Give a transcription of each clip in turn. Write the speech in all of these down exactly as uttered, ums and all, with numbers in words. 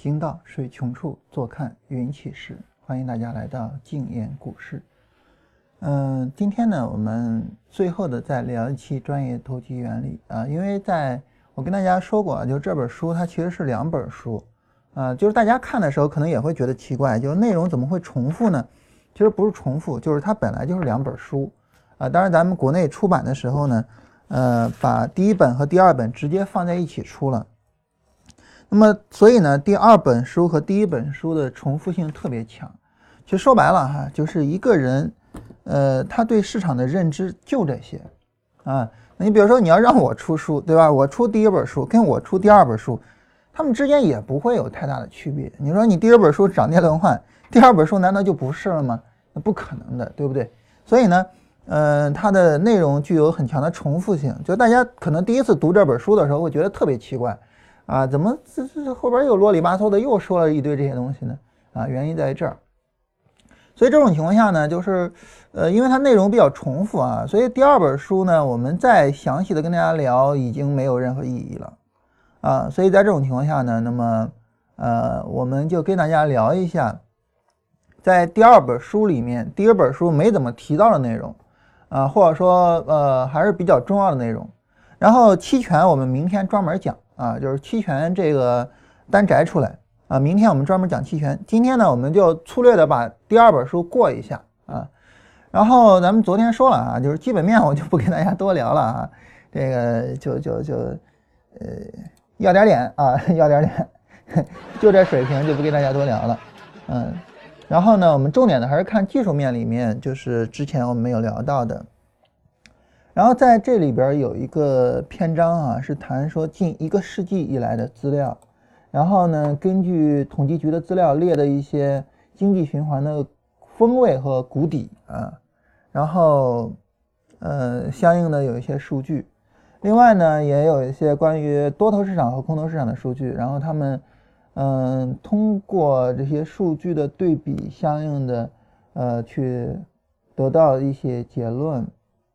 经到水穷处，坐看云起时。欢迎大家来到静言股市。嗯，今天呢，我们最后的再聊一期专业投机原理啊，因为在我跟大家说过啊，就这本书它其实是两本书啊，就是大家看的时候可能也会觉得奇怪，就是内容怎么会重复呢？其实不是重复，就是它本来就是两本书啊。当然咱们国内出版的时候呢，呃，把第一本和第二本直接放在一起出了。那么所以呢，第二本书和第一本书的重复性特别强。其实说白了哈，就是一个人呃他对市场的认知就这些啊。你比如说你要让我出书，对吧？我出第一本书跟我出第二本书，他们之间也不会有太大的区别。你说你第一本书涨跌轮换，第二本书难道就不是了吗？那不可能的，对不对？所以呢呃它的内容具有很强的重复性，就大家可能第一次读这本书的时候会觉得特别奇怪啊，怎么这这后边又啰里吧嗦的又说了一堆这些东西呢？啊，原因在这儿。所以这种情况下呢，就是呃，因为它内容比较重复啊，所以第二本书呢，我们再详细的跟大家聊已经没有任何意义了啊。所以在这种情况下呢，那么呃，我们就跟大家聊一下，在第二本书里面，第一本书没怎么提到的内容啊，或者说呃还是比较重要的内容。然后期权我们明天专门讲啊，就是期权这个单摘出来啊，明天我们专门讲期权。今天呢，我们就粗略的把第二本书过一下啊。然后咱们昨天说了啊，就是基本面我就不跟大家多聊了啊，这个就就就呃要点脸啊，要点脸，就这水平就不跟大家多聊了，嗯。然后呢，我们重点的还是看技术面里面，就是之前我们没有聊到的。然后在这里边有一个篇章啊，是谈说近一个世纪以来的资料，然后呢，根据统计局的资料列的一些经济循环的峰位和谷底啊，然后呃相应的有一些数据，另外呢也有一些关于多头市场和空头市场的数据，然后他们嗯、呃、通过这些数据的对比，相应的呃去得到一些结论。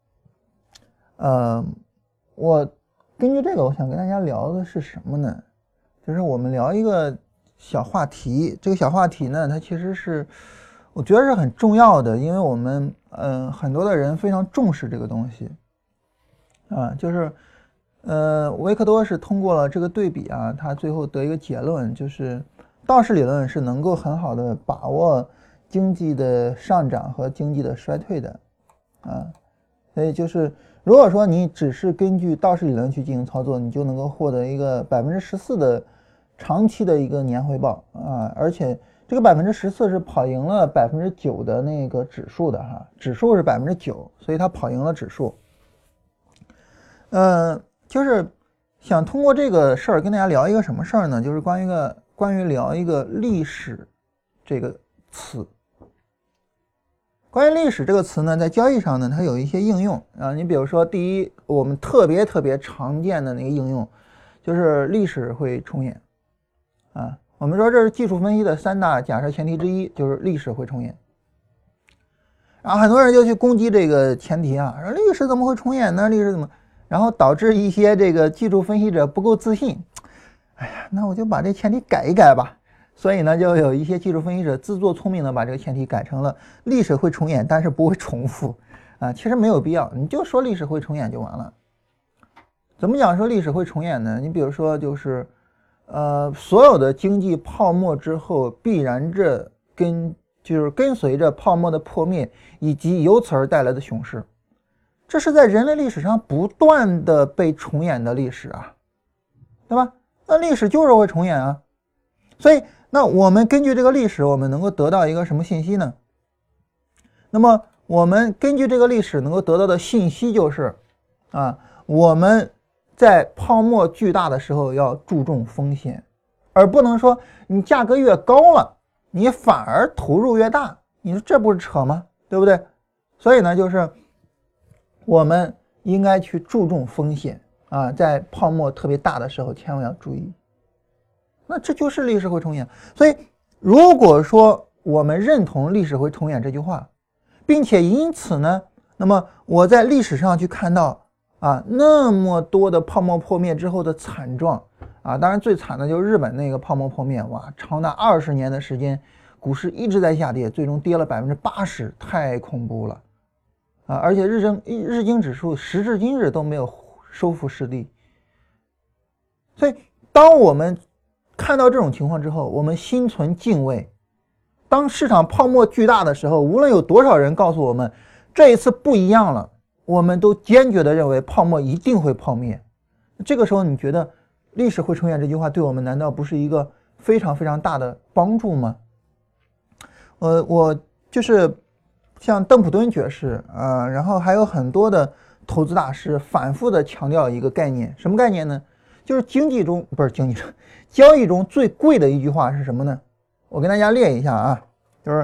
呃，我根据这个，我想跟大家聊的是什么呢？就是我们聊一个小话题，这个小话题呢，它其实是我觉得是很重要的，因为我们嗯、呃、很多的人非常重视这个东西啊，就是呃维克多是通过了这个对比啊，他最后得一个结论，就是道氏理论是能够很好的把握经济的上涨和经济的衰退的啊，所以就是如果说你只是根据道氏理论去进行操作，你就能够获得一个 百分之十四 的长期的一个年回报啊，而且这个 百分之十四 是跑赢了 百分之九 的那个指数的哈，指数是 百分之九， 所以它跑赢了指数。呃就是想通过这个事儿跟大家聊一个什么事儿呢？就是关于一个关于聊一个历史这个词。关于历史这个词呢，在交易上呢，它有一些应用啊。你比如说，第一，我们特别特别常见的那个应用，就是历史会重演啊。我们说这是技术分析的三大假设前提之一，就是历史会重演。然后很多人就去攻击这个前提啊，说历史怎么会重演呢？历史怎么？然后导致一些这个技术分析者不够自信。哎呀，那我就把这前提改一改吧。所以呢，就有一些技术分析者自作聪明的把这个前提改成了历史会重演，但是不会重复啊。其实没有必要，你就说历史会重演就完了。怎么讲说历史会重演呢？你比如说就是呃，所有的经济泡沫之后必然着跟就是跟随着泡沫的破灭以及由此而带来的熊市，这是在人类历史上不断的被重演的历史啊，对吧？那历史就是会重演啊。所以那我们根据这个历史，我们能够得到一个什么信息呢？那么我们根据这个历史能够得到的信息就是啊，我们在泡沫巨大的时候要注重风险，而不能说你价格越高了，你反而投入越大，你说这不是扯吗？对不对？所以呢，就是我们应该去注重风险啊，在泡沫特别大的时候千万要注意。那这就是历史会重演。所以如果说我们认同历史会重演这句话，并且因此呢，那么我在历史上去看到啊那么多的泡沫破灭之后的惨状啊。当然最惨的就是日本那个泡沫破灭，哇，长达二十年的时间，股市一直在下跌，最终跌了百分之八十，太恐怖了啊！而且日经日经指数时至今日都没有收复失地。所以当我们看到这种情况之后，我们心存敬畏。当市场泡沫巨大的时候，无论有多少人告诉我们这一次不一样了，我们都坚决地认为泡沫一定会泡灭。这个时候你觉得历史会重演这句话对我们难道不是一个非常非常大的帮助吗？呃，我就是像邓普敦爵士啊、呃，然后还有很多的投资大师反复的强调一个概念，什么概念呢？就是经济中不是经济中交易中最贵的一句话是什么呢？我跟大家列一下啊，就是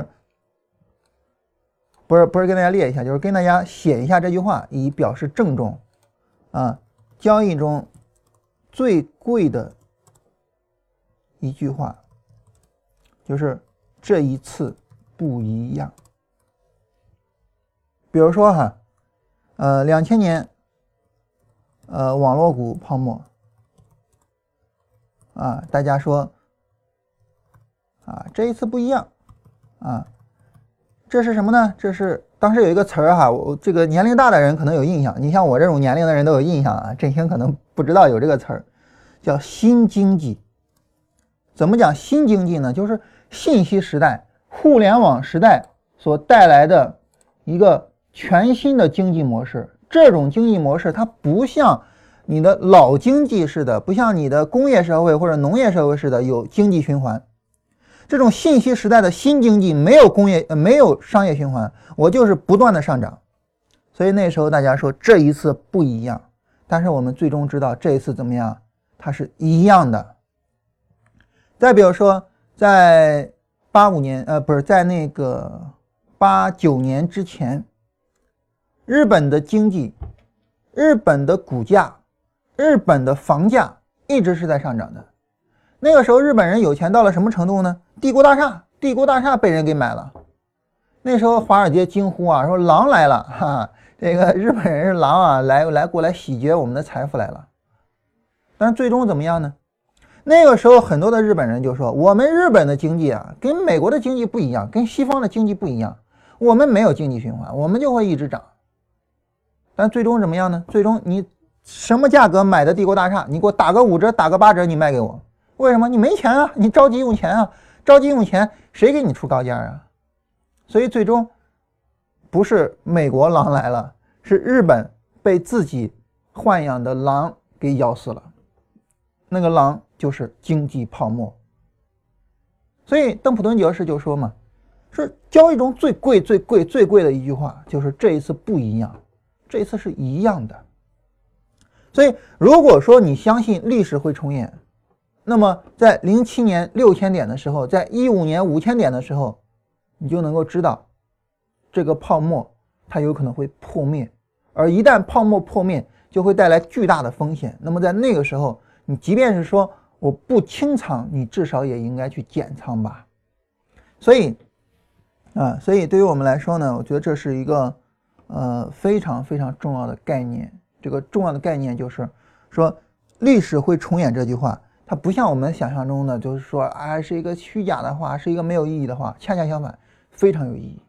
不是不是跟大家列一下，就是跟大家写一下这句话，以表示郑重啊。交易中最贵的一句话就是这一次不一样。比如说哈，呃，两千年，呃，网络股泡沫啊，大家说啊，这一次不一样啊，这是什么呢？这是当时有一个词儿哈，我这个年龄大的人可能有印象，你像我这种年龄的人都有印象啊，振兴可能不知道有这个词儿，叫新经济。怎么讲新经济呢？就是信息时代、互联网时代所带来的一个全新的经济模式。这种经济模式它不像你的老经济似的，不像你的工业社会或者农业社会似的有经济循环。这种信息时代的新经济没有工业、呃、没有商业循环，我就是不断的上涨。所以那时候大家说这一次不一样，但是我们最终知道这一次怎么样，它是一样的。再比如说在八五年呃不是在那个八九年之前，日本的经济、日本的股价、日本的房价一直是在上涨的。那个时候日本人有钱到了什么程度呢？帝国大厦，帝国大厦被人给买了。那时候华尔街惊呼啊，说狼来了，哈哈，这个日本人是狼啊，来来过来洗劫我们的财富来了。但是最终怎么样呢？那个时候很多的日本人就说，我们日本的经济啊，跟美国的经济不一样，跟西方的经济不一样，我们没有经济循环，我们就会一直涨。但最终怎么样呢？最终你什么价格买的帝国大厦，你给我打个五折，打个八折，你卖给我。为什么？你没钱啊，你着急用钱啊，着急用钱，谁给你出高价啊？所以最终不是美国狼来了，是日本被自己豢养的狼给咬死了。那个狼就是经济泡沫。所以邓普敦爵士就说嘛，是交易中最贵最贵最贵的一句话，就是这一次不一样，这一次是一样的。所以如果说你相信历史会重演，那么在零七年六千点的时候，在一五年五千点的时候，你就能够知道这个泡沫它有可能会破灭，而一旦泡沫破灭就会带来巨大的风险。那么在那个时候，你即便是说我不清仓，你至少也应该去减仓吧。所以啊，所以对于我们来说呢，我觉得这是一个呃非常非常重要的概念。这个重要的概念就是说历史会重演这句话，它不像我们想象中的就是说啊是一个虚假的话，是一个没有意义的话，恰恰相反，非常有意义。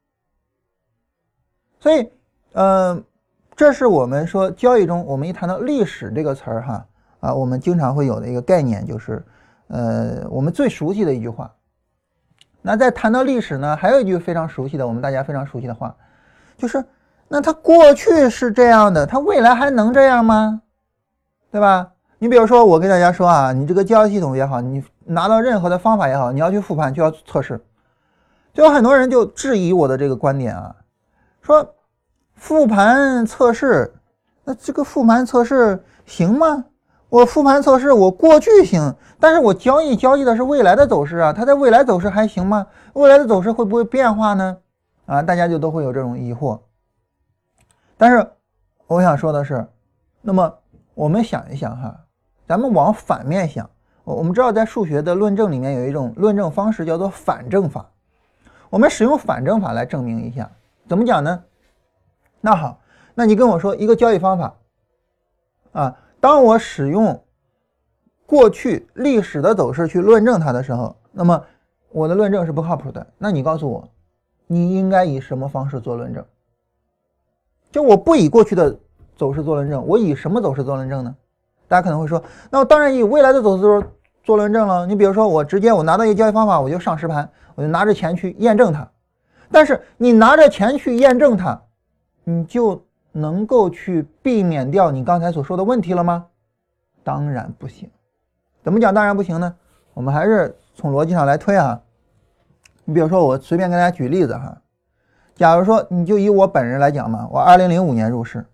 所以呃这是我们说交易中我们一谈到历史这个词儿哈啊，我们经常会有的一个概念，就是呃我们最熟悉的一句话。那在谈到历史呢，还有一句非常熟悉的，我们大家非常熟悉的话，就是那它过去是这样的，它未来还能这样吗？对吧？你比如说我跟大家说啊，你这个交易系统也好，你拿到任何的方法也好，你要去复盘就要测试。就有很多人就质疑我的这个观点啊，说复盘测试，那这个复盘测试行吗？我复盘测试我过去行，但是我交易交易的是未来的走势啊，它在未来走势还行吗？未来的走势会不会变化呢？啊，大家就都会有这种疑惑。但是我想说的是，那么我们想一想哈，咱们往反面想，我们知道在数学的论证里面有一种论证方式叫做反证法，我们使用反证法来证明一下，怎么讲呢？那好，那你跟我说一个交易方法啊，当我使用过去历史的走势去论证它的时候，那么我的论证是不靠谱的。那你告诉我，你应该以什么方式做论证？就我不以过去的走势做论证，我以什么走势做论证呢？大家可能会说，那我当然以未来的走势做论证了。你比如说，我直接我拿到一个交易方法，我就上实盘，我就拿着钱去验证它。但是你拿着钱去验证它，你就能够去避免掉你刚才所说的问题了吗？当然不行。怎么讲当然不行呢？我们还是从逻辑上来推啊。你比如说，我随便跟大家举例子哈。假如说你就以我本人来讲嘛，我二零零五年入市，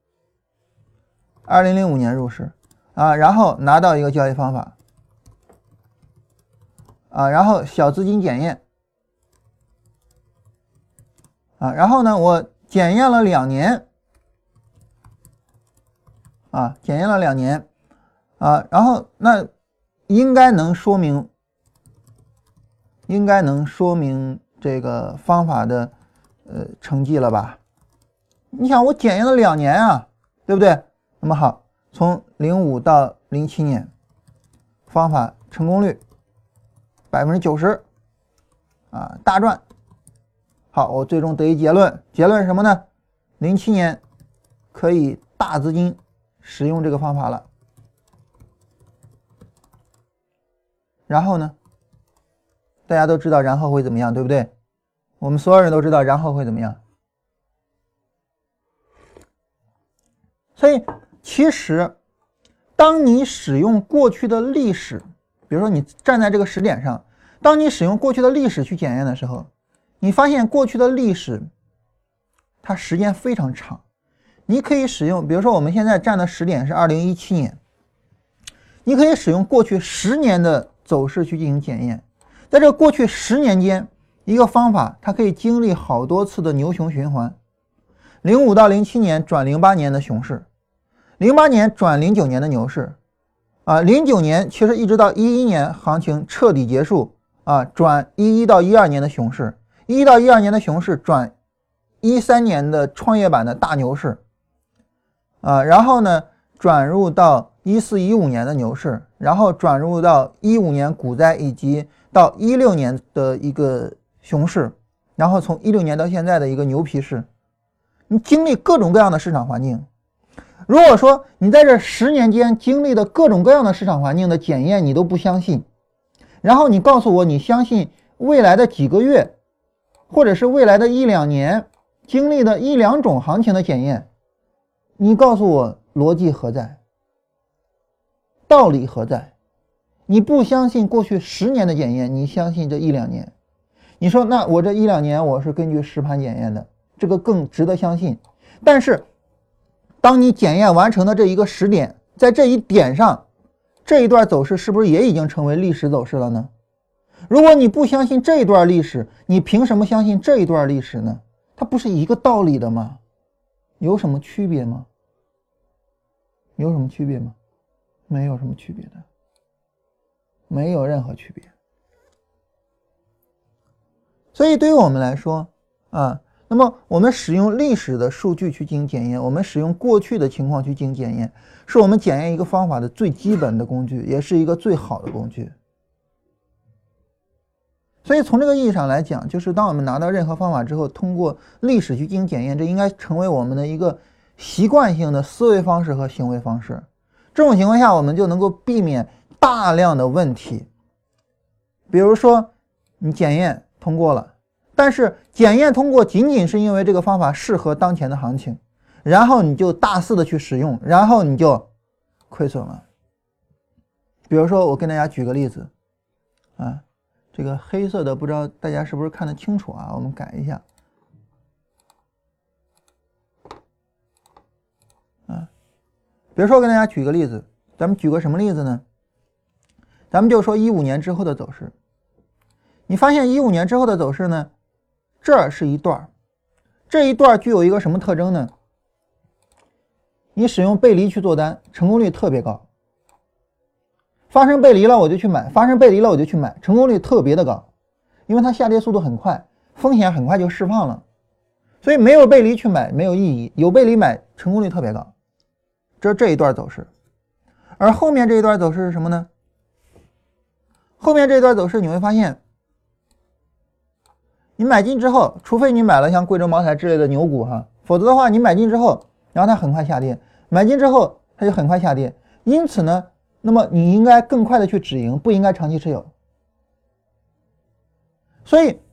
二零零五年入市啊，然后拿到一个交易方法啊，然后小资金检验啊，然后呢，我检验了两年啊，检验了两年啊，然后那应该能说明，应该能说明这个方法的呃成绩了吧？你想我检验了两年啊，对不对？那么好，从零五到零七年，方法成功率百分之九十啊，大赚。好，我最终得一结论，结论是什么呢？零七年可以大资金使用这个方法了。然后呢，大家都知道然后会怎么样，对不对？我们所有人都知道然后会怎么样。所以其实当你使用过去的历史，比如说你站在这个时点上，当你使用过去的历史去检验的时候，你发现过去的历史它时间非常长。你可以使用，比如说我们现在站的时点是二零一七年，你可以使用过去十年的走势去进行检验。在这过去十年间，一个方法它可以经历好多次的牛熊循环。零五到零七年转零八年的熊市，零八年转零九年的牛市啊，零九年其实一直到一一年行情彻底结束啊，转一一到一二年的熊市，一一到一二年的熊市转一三年的创业板的大牛市啊，然后呢转入到一四一五年的牛市，然后转入到一五年股灾以及到一六年的一个熊市，然后从一六年到现在的一个牛皮市。你经历各种各样的市场环境，如果说你在这十年间经历的各种各样的市场环境的检验你都不相信，然后你告诉我你相信未来的几个月或者是未来的一两年经历的一两种行情的检验，你告诉我逻辑何在？道理何在？你不相信过去十年的检验，你相信这一两年。你说那我这一两年我是根据实盘检验的，这个更值得相信。但是当你检验完成的这一个时点，在这一点上，这一段走势是不是也已经成为历史走势了呢？如果你不相信这一段历史，你凭什么相信这一段历史呢？它不是一个道理的吗？有什么区别吗？有什么区别吗？没有什么区别的，没有任何区别。所以对于我们来说啊，那么我们使用历史的数据去进行检验，我们使用过去的情况去进行检验，是我们检验一个方法的最基本的工具，也是一个最好的工具。所以从这个意义上来讲，就是当我们拿到任何方法之后，通过历史去进行检验，这应该成为我们的一个习惯性的思维方式和行为方式。这种情况下，我们就能够避免大量的问题。比如说你检验通过了，但是检验通过仅仅是因为这个方法适合当前的行情，然后你就大肆的去使用，然后你就亏损了。比如说我跟大家举个例子啊，这个黑色的不知道大家是不是看得清楚啊，我们改一下啊。比如说我跟大家举个例子，咱们举个什么例子呢？咱们就说一五年之后的走势。你发现一五年之后的走势呢，这是一段，这一段具有一个什么特征呢？你使用背离去做单，成功率特别高。发生背离了我就去买，发生背离了我就去买，成功率特别的高，因为它下跌速度很快，风险很快就释放了，所以没有背离去买没有意义，有背离买成功率特别高。这是这一段走势。 而后面这一段走势是什么呢？后面这一段走势你会发现，你买进之后，除非你买了像贵州茅台之类的牛股哈，否则的话你买进之后，然后它很快下跌，买进之后它就很快下跌，因此呢，那么你应该更快的去止盈，不应该长期持有。所以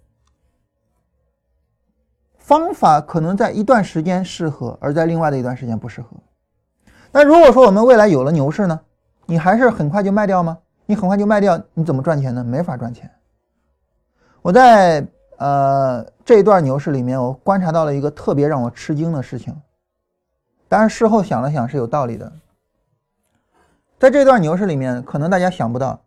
方法可能在一段时间适合，而在另外的一段时间不适合。那如果说我们未来有了牛市呢，你还是很快就卖掉吗？你很快就卖掉，你怎么赚钱呢？没法赚钱。我在呃这一段牛市里面，我观察到了一个特别让我吃惊的事情，当然事后想了想是有道理的。在这段牛市里面，可能大家想不到，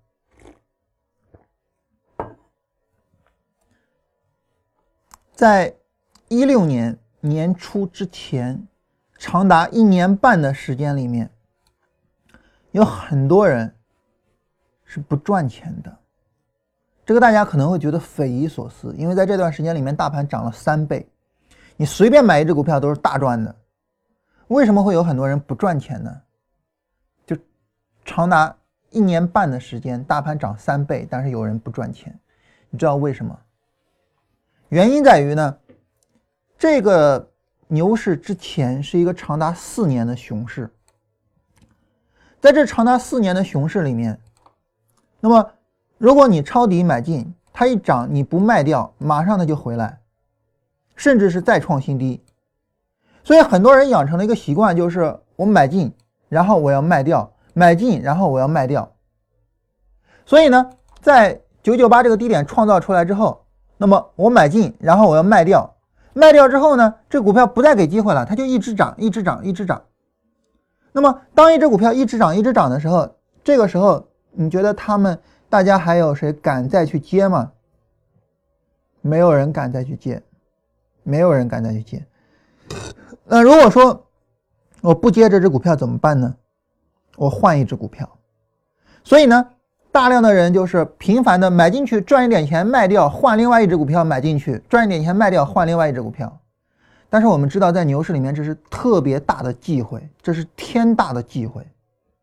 在一六年年初之前，长达一年半的时间里面，有很多人是不赚钱的。这个大家可能会觉得匪夷所思，因为在这段时间里面大盘涨了三倍，你随便买一只股票都是大赚的。为什么会有很多人不赚钱呢？就长达一年半的时间，大盘涨三倍，但是有人不赚钱。你知道为什么？原因在于呢，这个牛市之前是一个长达四年的熊市，在这长达四年的熊市里面，那么如果你抄底买进，它一涨你不卖掉，马上它就回来，甚至是再创新低。所以很多人养成了一个习惯，就是我买进然后我要卖掉，买进然后我要卖掉。所以呢，在九九八这个低点创造出来之后，那么我买进然后我要卖掉，卖掉之后呢，这股票不再给机会了，它就一直涨一直涨一直涨。那么当一只股票一直涨一直涨的时候，这个时候你觉得他们大家还有谁敢再去接吗？没有人敢再去接，没有人敢再去接。那如果说我不接这只股票怎么办呢？我换一只股票。所以呢，大量的人就是频繁的买进去赚一点钱卖掉，换另外一只股票买进去赚一点钱卖掉，换另外一只股票。但是我们知道在牛市里面这是特别大的忌讳，这是天大的忌讳，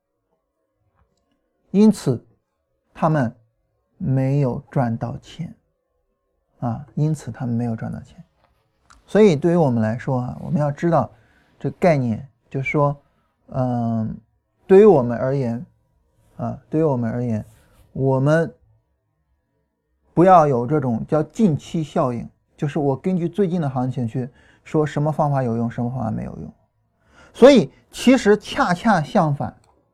因此他们没有赚到钱啊，因此他们没有赚到钱。所以对于我们来说啊，我们要知道这个概念，就是说嗯，对于我们而言啊，对于我们而言，我们不要有这种叫近期效应，就是我根据最近的行情去说什么方法有用，什么方法没有用。所以其实恰恰相反，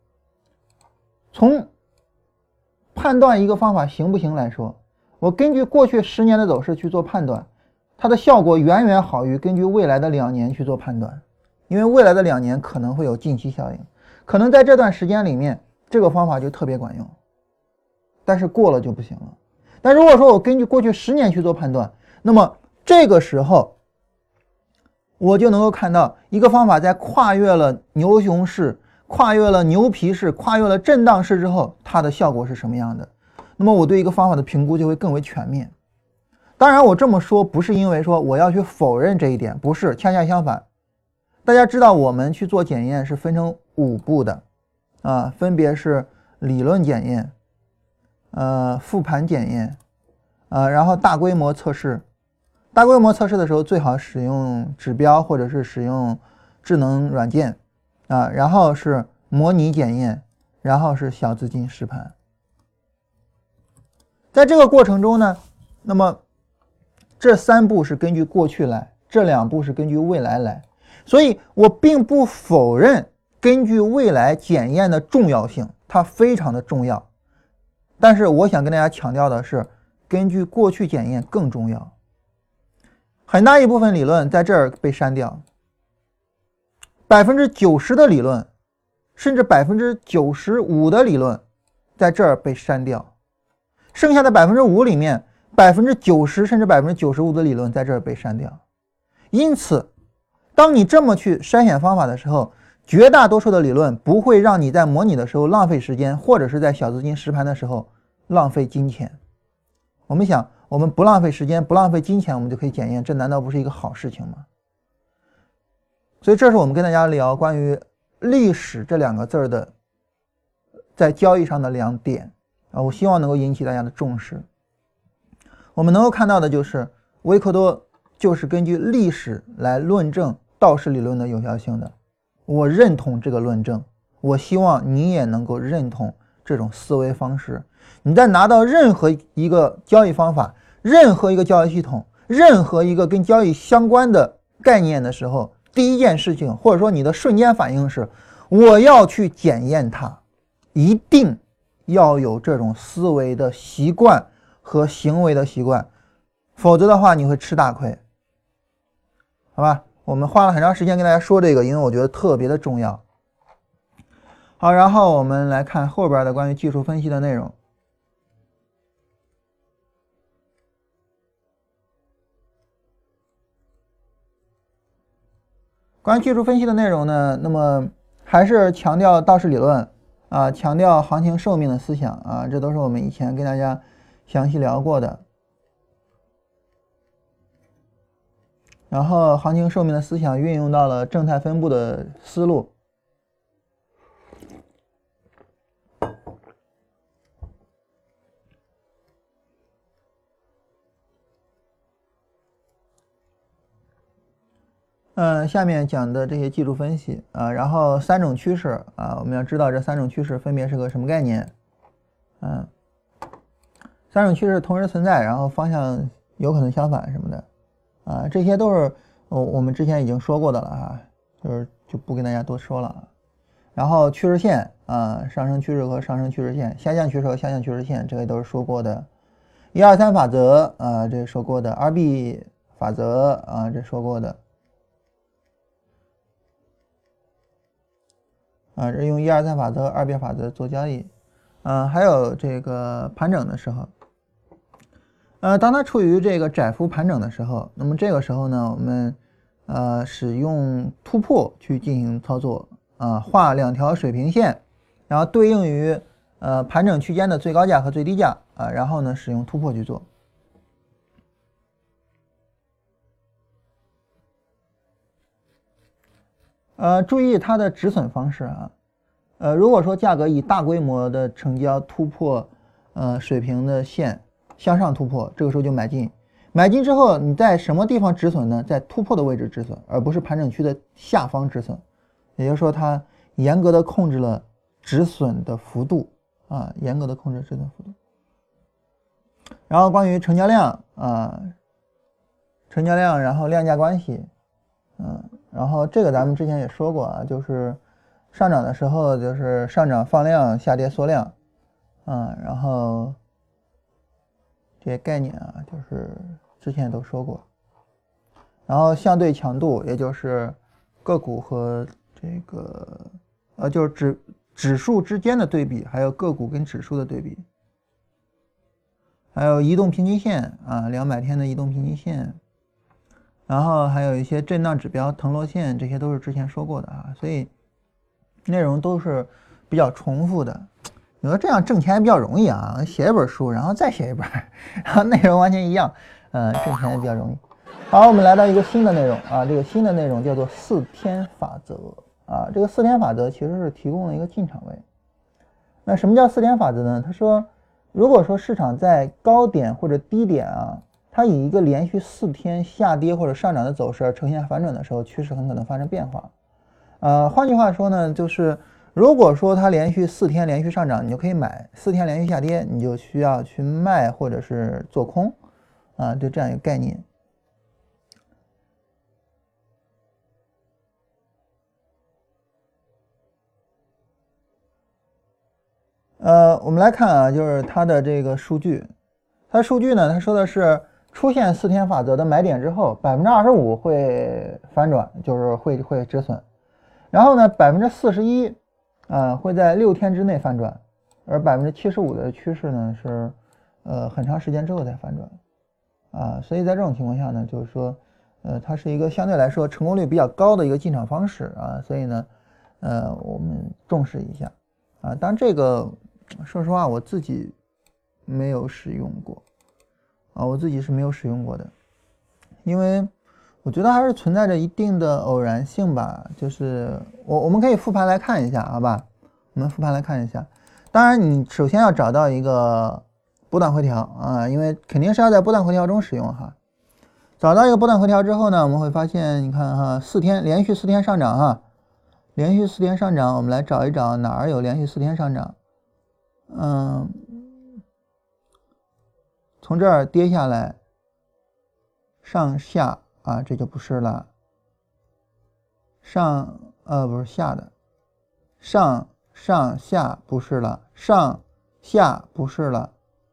从判断一个方法行不行来说，我根据过去十年的走势去做判断，它的效果远远好于根据未来的两年去做判断。因为未来的两年可能会有近期效应，可能在这段时间里面这个方法就特别管用，但是过了就不行了。但如果说我根据过去十年去做判断，那么这个时候我就能够看到一个方法在跨越了牛熊市，跨越了牛皮市，跨越了震荡市之后，它的效果是什么样的。那么我对一个方法的评估就会更为全面。当然我这么说不是因为说我要去否认这一点，不是，恰恰相反。大家知道我们去做检验是分成五步的啊，分别是理论检验、呃复盘检验、呃然后大规模测试。大规模测试的时候最好使用指标或者是使用智能软件啊，然后是模拟检验，然后是小资金实盘。在这个过程中呢，那么这三步是根据过去来，这两步是根据未来来。所以我并不否认根据未来检验的重要性，它非常的重要。但是我想跟大家强调的是，根据过去检验更重要。很大一部分理论在这儿被删掉， 百分之九十 的理论，甚至 百分之九十五 的理论在这儿被删掉。剩下的 百分之五 里面 百分之九十 甚至 百分之九十五 的理论在这儿被删掉。因此当你这么去筛选方法的时候，绝大多数的理论不会让你在模拟的时候浪费时间，或者是在小资金实盘的时候浪费金钱。我们想，我们不浪费时间，不浪费金钱，我们就可以检验，这难道不是一个好事情吗？所以这是我们跟大家聊关于历史这两个字的在交易上的两点啊，我希望能够引起大家的重视。我们能够看到的就是维克多就是根据历史来论证道氏理论的有效性的，我认同这个论证，我希望你也能够认同这种思维方式。你在拿到任何一个交易方法，任何一个交易系统，任何一个跟交易相关的概念的时候，第一件事情或者说你的瞬间反应是我要去检验它，一定要有这种思维的习惯和行为的习惯，否则的话你会吃大亏。好吧，我们花了很长时间跟大家说这个，因为我觉得特别的重要。好，然后我们来看后边的关于技术分析的内容。关于技术分析的内容呢，那么还是强调道氏理论啊，强调行情寿命的思想啊，这都是我们以前跟大家详细聊过的。然后行情寿命的思想运用到了正态分布的思路。嗯，下面讲的这些技术分析啊，然后三种趋势啊，我们要知道这三种趋势分别是个什么概念。嗯，三种趋势同时存在，然后方向有可能相反什么的啊，这些都是我我们之前已经说过的了啊，就是就不跟大家多说了。然后趋势线啊，上升趋势和上升趋势线，下降趋势和下降趋势线，这个都是说过的。一二三法则啊，这说过的。二 B 法则啊，这说过的。啊，这用一二三法则、二 B 法则做交易，嗯、呃，还有这个盘整的时候，呃，当它处于这个窄幅盘整的时候，那么这个时候呢，我们呃使用突破去进行操作啊、呃，画两条水平线，然后对应于呃盘整区间的最高价和最低价啊、呃，然后呢使用突破去做。呃，注意它的止损方式啊。呃，如果说价格以大规模的成交突破呃水平的线向上突破，这个时候就买进。买进之后，你在什么地方止损呢？在突破的位置止损，而不是盘整区的下方止损。也就是说，它严格的控制了止损的幅度啊，严格的控制止损幅度。然后关于成交量啊，成交量，然后量价关系，嗯。然后这个咱们之前也说过啊，就是上涨的时候就是上涨放量，下跌缩量，啊，然后这些概念啊，就是之前都说过。然后相对强度，也就是个股和这个呃，就是指指数之间的对比，还有个股跟指数的对比，还有移动平均线啊，两百天的移动平均线。然后还有一些震荡指标、腾落线，这些都是之前说过的啊，所以内容都是比较重复的。你说这样挣钱比较容易啊，写一本书，然后再写一本，然后内容完全一样，呃，挣钱也比较容易。好，我们来到一个新的内容啊，这个新的内容叫做四天法则啊。这个四天法则其实是提供了一个进场位。那什么叫四天法则呢？他说，如果说市场在高点或者低点啊，它以一个连续四天下跌或者上涨的走势而呈现反转的时候，趋势很可能发生变化。呃，换句话说呢，就是如果说它连续四天连续上涨，你就可以买；四天连续下跌，你就需要去卖或者是做空，啊，就这样一个概念。呃，我们来看啊，就是它的这个数据，它数据呢，它说的是。出现四天法则的买点之后，百分之二十五会反转，就是会会止损。然后呢，百分之四十一，呃，会在六天之内反转，而百分之七十五的趋势呢是，呃，很长时间之后才反转，啊，所以在这种情况下呢，就是说，呃，它是一个相对来说成功率比较高的一个进场方式啊，所以呢，呃，我们重视一下啊。当然这个，说实话，我自己没有使用过。啊，我自己是没有使用过的，因为我觉得还是存在着一定的偶然性吧。就是我我们可以复盘来看一下，好吧？我们复盘来看一下， 当然你首先要找到一个波段回调啊，因为肯定是要在波段回调中使用哈。找到一个波段回调之后呢，我们会发现，你看哈，四天连续四天上涨哈，连续四天上涨，我们来找一找哪儿有连续四天上涨。嗯，从这儿跌下来，上下啊，这就不是了。上呃不是下的，上上下不是了，上下不是了，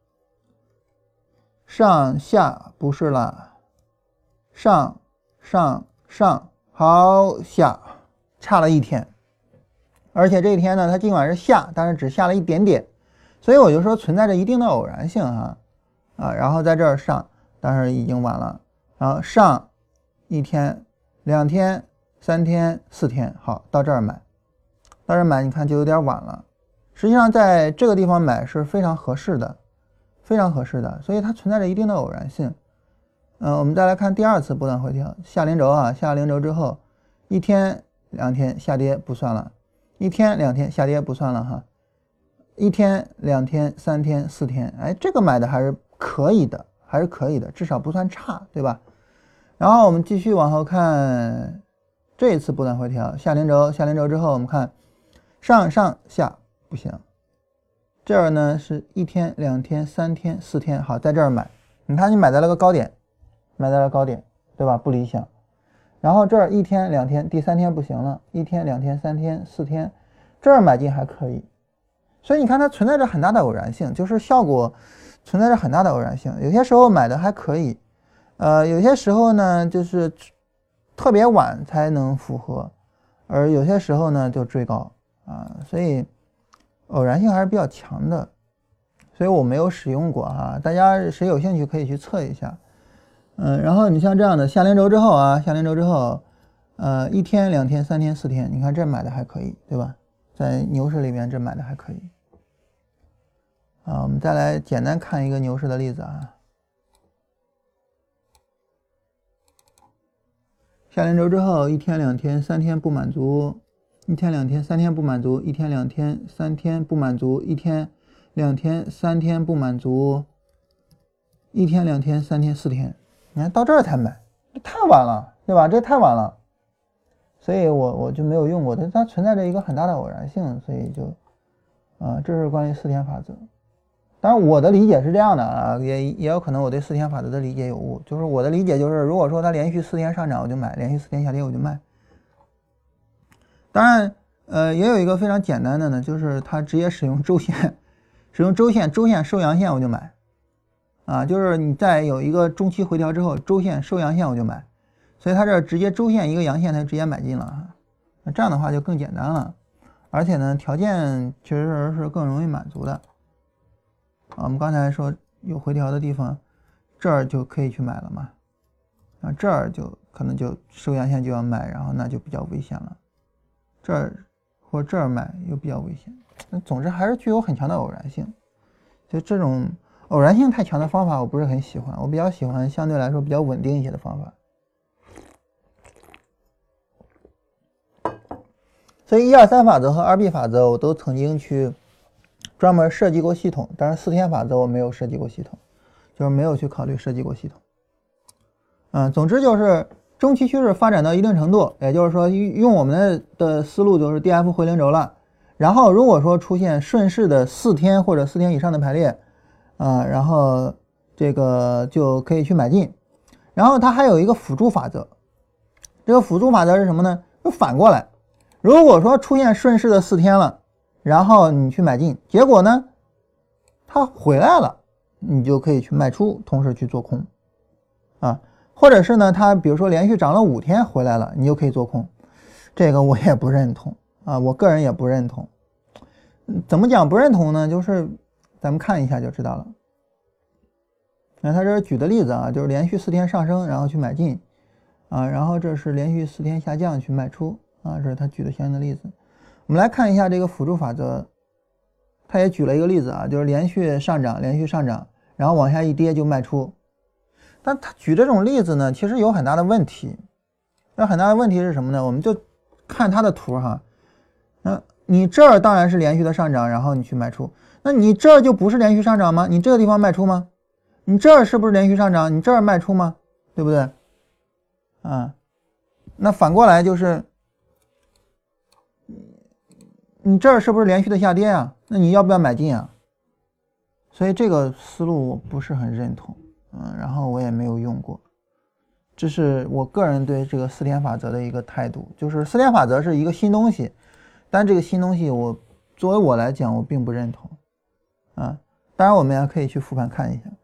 上下不是了。上上上，好下，差了一天，而且这一天呢，它尽管是下，但是只下了一点点，所以我就说存在着一定的偶然性哈啊，然后在这儿上，但是已经晚了，然后上一天、两天、三天、四天，好，到这儿买，到这儿买，你看就有点晚了。实际上在这个地方买是非常合适的，非常合适的，所以它存在着一定的偶然性。嗯，我们再来看第二次波段回调，下零轴啊，下零轴之后，一天两天下跌不算了，一天两天下跌不算了哈，一天两天三天四天，哎，这个买的还是可以的，还是可以的，至少不算差，对吧？然后我们继续往后看，这一次波段回调，下零轴，下零轴之后，我们看上上下不行，这儿呢是一天两天三天四天，好，在这儿买，你看你买在了个高点。买在了高点，对吧？不理想。然后这儿一天两天，第三天不行了，一天两天三天四天，这儿买进还可以。所以你看它存在着很大的偶然性，就是效果存在着很大的偶然性。有些时候买的还可以，呃，有些时候呢就是特别晚才能符合，而有些时候呢就追高啊，所以偶然性还是比较强的。所以我没有使用过哈，大家谁有兴趣可以去测一下。嗯，然后你像这样的下零轴之后啊，下零轴之后，呃，一天、两天、三天、四天，你看这买的还可以，对吧？在牛市里面这买的还可以。啊，我们再来简单看一个牛市的例子啊。下零轴之后，一天、两天、三天不满足，一天、两天、三天不满足，一天、两天、三天不满足，一天、两天、三天不满足，一天、两天、三天、四天。你看到这儿才买，这太晚了，对吧？这太晚了，所以我我就没有用过，它它存在着一个很大的偶然性，所以就啊，这是关于四天法则。当然我的理解是这样的啊，也也有可能我对四天法则的理解有误，就是我的理解就是，如果说它连续四天上涨我就买，连续四天下跌我就卖。当然，呃，也有一个非常简单的呢，就是它直接使用周线，使用周线，周线收阳线我就买。啊，就是你在有一个中期回调之后，周线收阳线我就买，所以它这直接周线一个阳线，它直接买进了啊。那这样的话就更简单了，而且呢，条件确实是更容易满足的。啊，我们刚才说有回调的地方，这儿就可以去买了嘛。啊，这儿就可能就收阳线就要买，然后那就比较危险了。这儿或这儿买又比较危险。那总之还是具有很强的偶然性，就这种。偶然性太强的方法我不是很喜欢，我比较喜欢相对来说比较稳定一些的方法。所以一二三法则和二 B 法则我都曾经去专门设计过系统，但是四天法则我没有设计过系统，就是没有去考虑设计过系统。嗯，总之就是中期趋势发展到一定程度，也就是说用我们的的思路就是 D F 回零轴了，然后如果说出现顺势的四天或者四天以上的排列啊，然后这个就可以去买进。然后它还有一个辅助法则，这个辅助法则是什么呢？就反过来，如果说出现顺势的四天了，然后你去买进，结果呢它回来了，你就可以去卖出，同时去做空啊。或者是呢它比如说连续涨了五天回来了，你就可以做空，这个我也不认同啊，我个人也不认同。怎么讲不认同呢？就是咱们看一下就知道了。那他这举的例子啊，就是连续四天上升，然后去买进啊，然后这是连续四天下降去卖出啊，这是他举的相应的例子。我们来看一下这个辅助法则，他也举了一个例子啊，就是连续上涨，连续上涨，然后往下一跌就卖出。但他举这种例子呢，其实有很大的问题。那很大的问题是什么呢？我们就看他的图哈，那你这儿当然是连续的上涨，然后你去卖出，那你这儿就不是连续上涨吗？你这个地方卖出吗？你这儿是不是连续上涨？你这儿卖出吗？对不对？啊，那反过来就是，你这儿是不是连续的下跌啊？那你要不要买进啊？所以这个思路我不是很认同，嗯，然后我也没有用过。这是我个人对这个四天法则的一个态度，就是四天法则是一个新东西，但这个新东西我作为我来讲我并不认同啊。当然我们也可以去复盘看一下，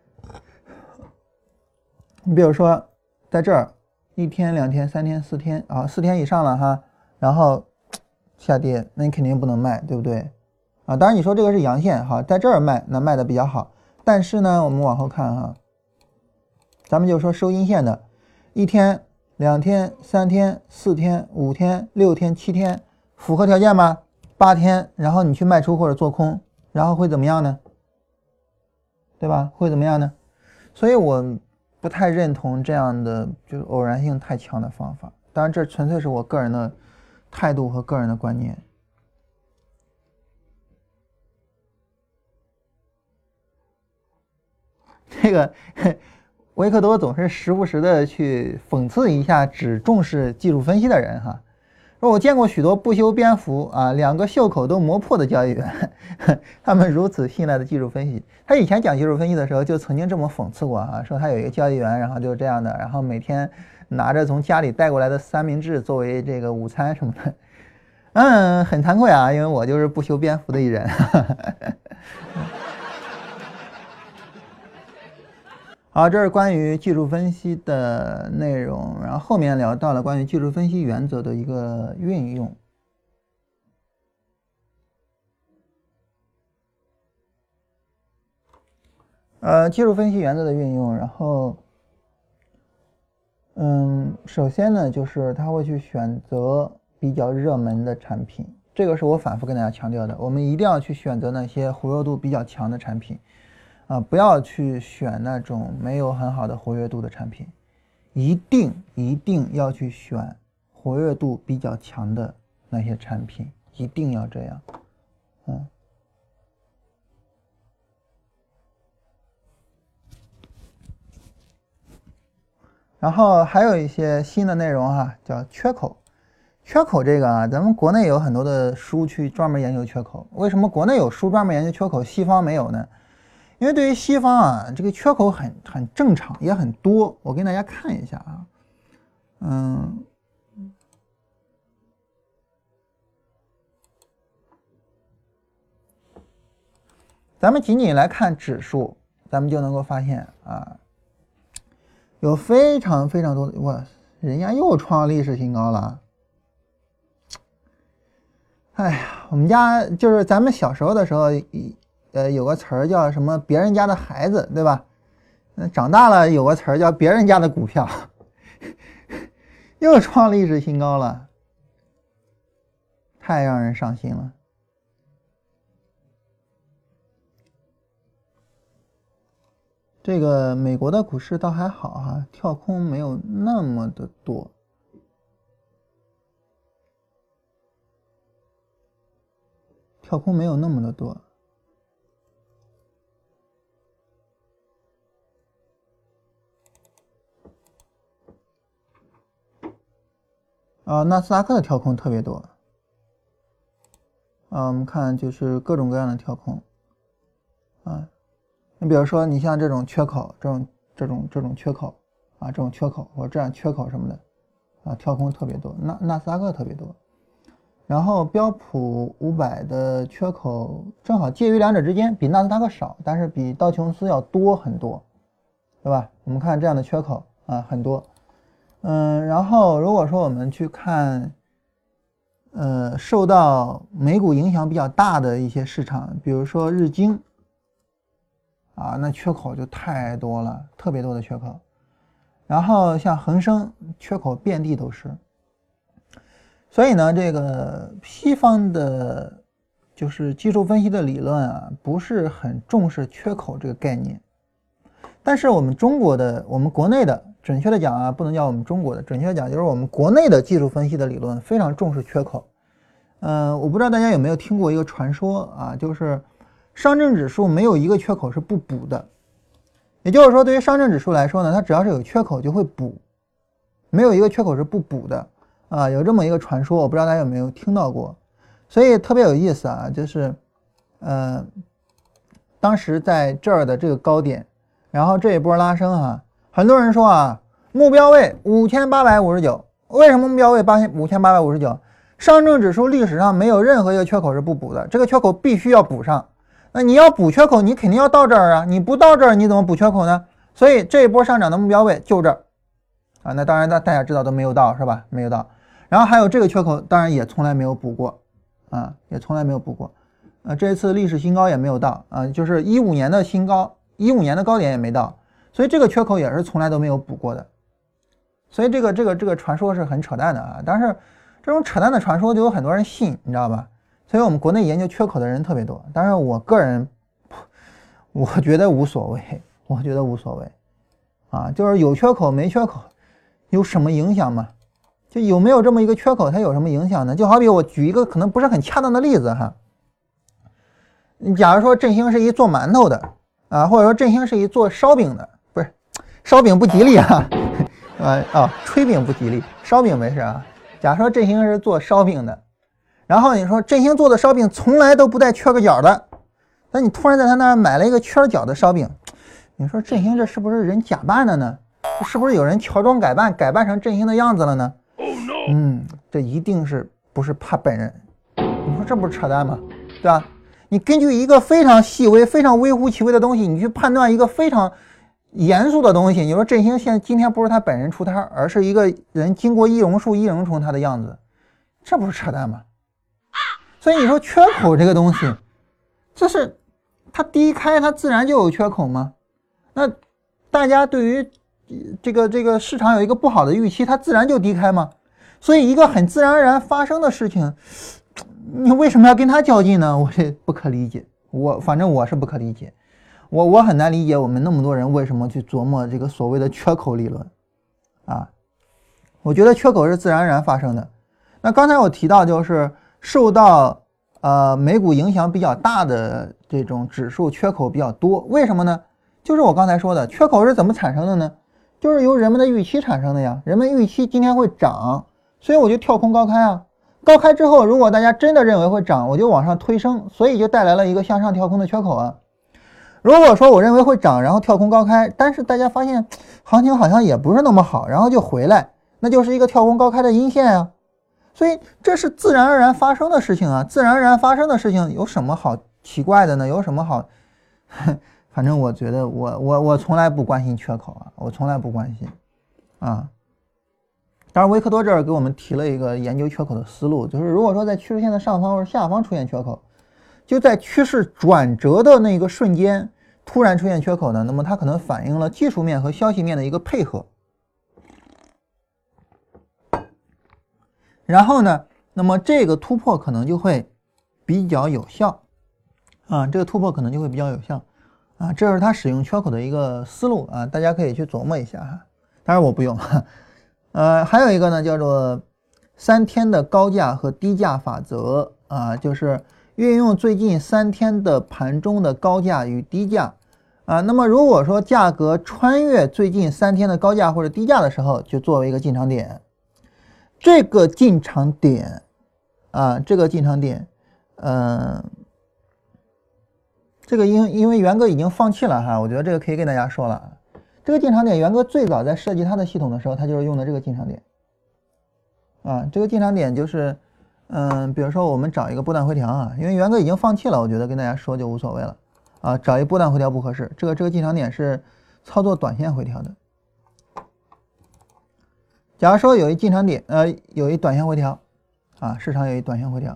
你比如说在这儿一天两天三天四天啊，四天以上了哈，然后下跌，那你肯定不能卖，对不对啊？当然你说这个是阳线哈，在这儿卖那卖的比较好，但是呢我们往后看哈，咱们就说收阴线的一天两天三天四天五天六天七天符合条件吗？八天然后你去卖出或者做空，然后会怎么样呢？对吧？会怎么样呢？所以我不太认同这样的就是偶然性太强的方法，当然这纯粹是我个人的态度和个人的观念。这个维克多总是时不时的去讽刺一下只重视技术分析的人哈，说我见过许多不修边幅啊，两个袖口都磨破的交易员，他们如此信赖的技术分析。他以前讲技术分析的时候就曾经这么讽刺过啊，说他有一个交易员，然后就这样的，然后每天拿着从家里带过来的三明治作为这个午餐什么的。嗯，很惭愧啊，因为我就是不修边幅的一人。好，这是关于技术分析的内容，然后后面聊到了关于技术分析原则的一个运用。呃，技术分析原则的运用，然后，嗯，首先呢，就是他会去选择比较热门的产品，这个是我反复跟大家强调的，我们一定要去选择那些活跃度比较强的产品。啊，不要去选那种没有很好的活跃度的产品，一定一定要去选活跃度比较强的那些产品，一定要这样。嗯。然后还有一些新的内容哈，叫缺口。缺口这个啊，咱们国内有很多的书去专门研究缺口。为什么国内有书专门研究缺口，西方没有呢？因为对于西方啊，这个缺口很很正常，也很多。我给大家看一下啊，嗯，咱们仅仅来看指数，咱们就能够发现啊，有非常非常多的哇，人家又创历史新高了。哎呀，我们家就是咱们小时候的时候。呃，有个词儿叫什么别人家的孩子，对吧？那长大了有个词儿叫别人家的股票，又创历史新高了，太让人伤心了。这个美国的股市倒还好哈，跳空没有那么的多。跳空没有那么的多。啊，纳斯达克的跳空特别多。啊，我们看就是各种各样的跳空。啊，你比如说你像这种缺口，这种这种这种缺口啊，这种缺口或者这样缺口什么的，啊，跳空特别多。纳纳斯达克特别多。然后标普五百的缺口正好介于两者之间，比纳斯达克少，但是比道琼斯要多很多，对吧？我们看这样的缺口啊，很多。嗯，然后如果说我们去看，呃，受到美股影响比较大的一些市场，比如说日经，啊，那缺口就太多了，特别多的缺口。然后像恒生，缺口遍地都是。所以呢，这个西方的，就是技术分析的理论啊，不是很重视缺口这个概念。但是我们中国的，我们国内的，准确的讲啊，不能叫我们中国的，准确的讲就是我们国内的技术分析的理论非常重视缺口， 嗯、呃，我不知道大家有没有听过一个传说啊，就是上证指数没有一个缺口是不补的。也就是说，对于上证指数来说呢，它只要是有缺口就会补，没有一个缺口是不补的啊。有这么一个传说，我不知道大家有没有听到过，所以特别有意思啊。就是，呃，当时在这儿的这个高点，然后这一波拉升啊，很多人说啊，目标位五千八百五十九，为什么目标位八千五千八百五十九？上证指数历史上没有任何一个缺口是不补的，这个缺口必须要补上。那你要补缺口，你肯定要到这儿啊！你不到这儿，你怎么补缺口呢？所以这一波上涨的目标位就这儿啊。那当然，大大家知道都没有到，是吧？没有到。然后还有这个缺口，当然也从来没有补过啊，也从来没有补过。呃，这一次历史新高也没有到啊，就是一五年的新高，一五年的高点也没到，所以这个缺口也是从来都没有补过的。所以这个这个这个传说是很扯淡的啊。但是这种扯淡的传说就有很多人信，你知道吧？所以我们国内研究缺口的人特别多，但是我个人我觉得无所谓，我觉得无所谓啊，就是有缺口没缺口有什么影响吗？就有没有这么一个缺口它有什么影响呢？就好比我举一个可能不是很恰当的例子哈，假如说振兴是一做馒头的啊，或者说振兴是一做烧饼的，不是烧饼不吉利啊，啊哦炊饼不吉利，烧饼没事啊。假如说振兴是做烧饼的，然后你说振兴做的烧饼从来都不带缺个角的，那你突然在他那儿买了一个缺角的烧饼，你说振兴这是不是人假扮的呢？是不是有人乔装改扮改扮成振兴的样子了呢？ Oh, no. 嗯，这一定是不是怕本人？你说这不是扯淡吗？对吧？你根据一个非常细微非常微乎其微的东西，你去判断一个非常严肃的东西，你说振兴现在今天不是他本人出摊，而是一个人经过易容术易容成他的样子，这不是扯淡吗？所以你说缺口这个东西，这是它低开它自然就有缺口吗？那大家对于这个这个市场有一个不好的预期，它自然就低开吗？所以一个很自然而然发生的事情，你为什么要跟它较劲呢？我这不可理解，我反正我是不可理解，我我很难理解我们那么多人为什么去琢磨这个所谓的缺口理论啊。我觉得缺口是自然而然发生的。那刚才我提到就是受到呃美股影响比较大的这种指数缺口比较多，为什么呢？就是我刚才说的，缺口是怎么产生的呢？就是由人们的预期产生的呀。人们预期今天会涨，所以我就跳空高开啊。高开之后，如果大家真的认为会涨，我就往上推升，所以就带来了一个向上跳空的缺口啊。如果说我认为会涨，然后跳空高开，但是大家发现行情好像也不是那么好，然后就回来，那就是一个跳空高开的阴线啊。所以这是自然而然发生的事情啊，自然而然发生的事情有什么好奇怪的呢？有什么好？反正我觉得我我我从来不关心缺口啊，我从来不关心啊。当然，维克多这儿给我们提了一个研究缺口的思路，就是如果说在趋势线的上方或者下方出现缺口，就在趋势转折的那个瞬间突然出现缺口呢，那么它可能反映了技术面和消息面的一个配合。然后呢，那么这个突破可能就会比较有效啊，这个突破可能就会比较有效啊，这是他使用缺口的一个思路啊，大家可以去琢磨一下哈。当然我不用，呃，还有一个呢叫做三天的高价和低价法则啊，就是运用最近三天的盘中的高价与低价啊，那么如果说价格穿越最近三天的高价或者低价的时候，就作为一个进场点。这个进场点啊，这个进场点，嗯、呃，这个因因为元哥已经放弃了哈，我觉得这个可以跟大家说了。这个进场点，元哥最早在设计他的系统的时候，他就是用的这个进场点啊。这个进场点就是，嗯、呃，比如说我们找一个波段回调啊，因为元哥已经放弃了，我觉得跟大家说就无所谓了啊。找一波段回调不合适，这个这个进场点是操作短线回调的。假如说有一进场点，呃，有一短线回调，啊，市场有一短线回调，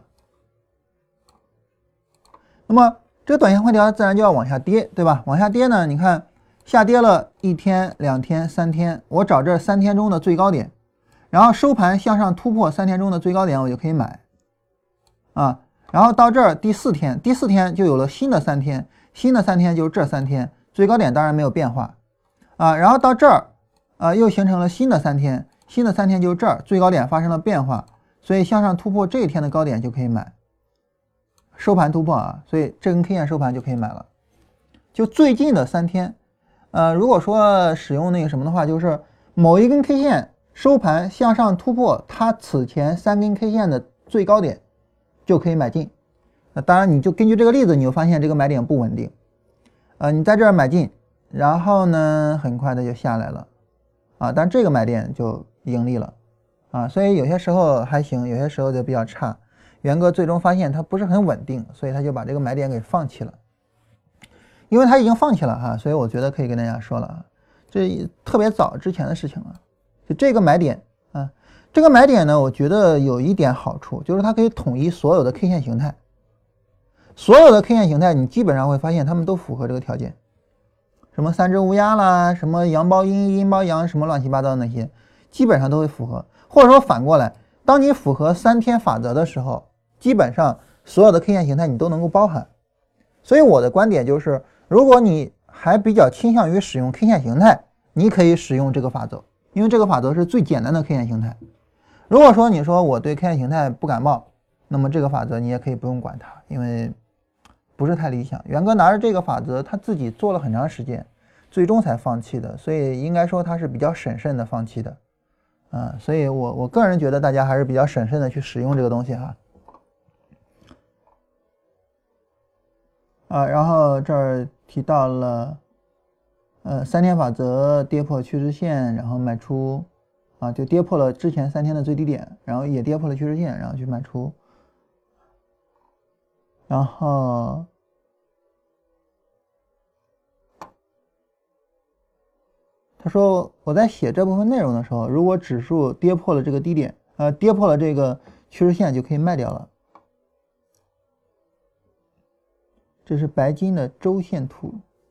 那么这个短线回调自然就要往下跌，对吧？往下跌呢，你看下跌了一天、两天、三天，我找这三天中的最高点，然后收盘向上突破三天中的最高点，我就可以买，啊，然后到这儿第四天，第四天就有了新的三天，新的三天就是这三天，最高点当然没有变化，啊，然后到这儿，啊，又形成了新的三天。新的三天就是这儿最高点发生了变化， 所以向上突破这一天的高点就可以买，收盘突破啊，所以这根 K 线收盘就可以买了。就最近的三天，呃，如果说使用那个什么的话，就是某一根 K 线收盘向上突破它此前三根 K 线的最高点，就可以买进。那当然，你就根据这个例子，你就发现这个买点不稳定，呃，你在这儿买进，然后呢，很快的就下来了，啊，但这个买点就盈利了，啊，所以有些时候还行，有些时候就比较差。元哥最终发现它不是很稳定，所以他就把这个买点给放弃了。因为他已经放弃了哈，所以我觉得可以跟大家说了啊，这特别早之前的事情了。就这个买点啊，这个买点呢，我觉得有一点好处，就是它可以统一所有的 K 线形态。所有的 K 线形态，你基本上会发现它们都符合这个条件，什么三只乌鸦啦，什么阳包阴阴包阳，什么乱七八糟的那些，基本上都会符合。或者说反过来，当你符合三天法则的时候，基本上所有的 K 线形态你都能够包含。所以我的观点就是，如果你还比较倾向于使用 K 线形态，你可以使用这个法则，因为这个法则是最简单的 K 线形态。如果说你说我对 K 线形态不感冒，那么这个法则你也可以不用管它，因为不是太理想。元哥拿着这个法则，他自己做了很长时间，最终才放弃的，所以应该说他是比较审慎的放弃的，啊，所以我我个人觉得大家还是比较审慎的去使用这个东西哈。啊，然后这儿提到了，呃，三天法则跌破趋势线，然后卖出，啊，就跌破了之前三天的最低点，然后也跌破了趋势线，然后去卖出。然后他说我在写这部分内容的时候，如果指数跌破了这个低点，呃，跌破了这个趋势线就可以卖掉了。这是白金的周线图，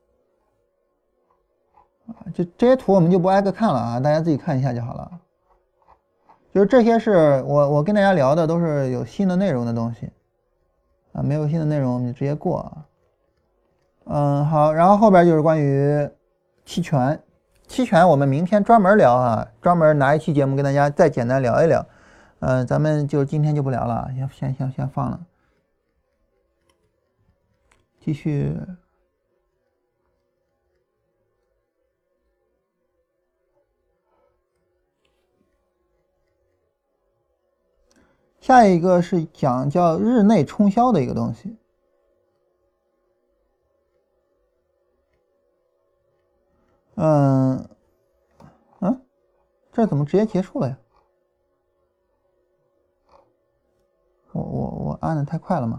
啊，这这些图我们就不挨个看了啊，大家自己看一下就好了。就是这些是我我跟大家聊的都是有新的内容的东西，啊，没有新的内容我们就直接过啊。嗯，好，然后后边就是关于期权，期权我们明天专门聊啊，专门拿一期节目跟大家再简单聊一聊。嗯、呃，咱们就今天就不聊了，先先先先放了。继续，下一个是讲叫日内冲销的一个东西。嗯，嗯，这怎么直接结束了呀？我我我按的太快了吗？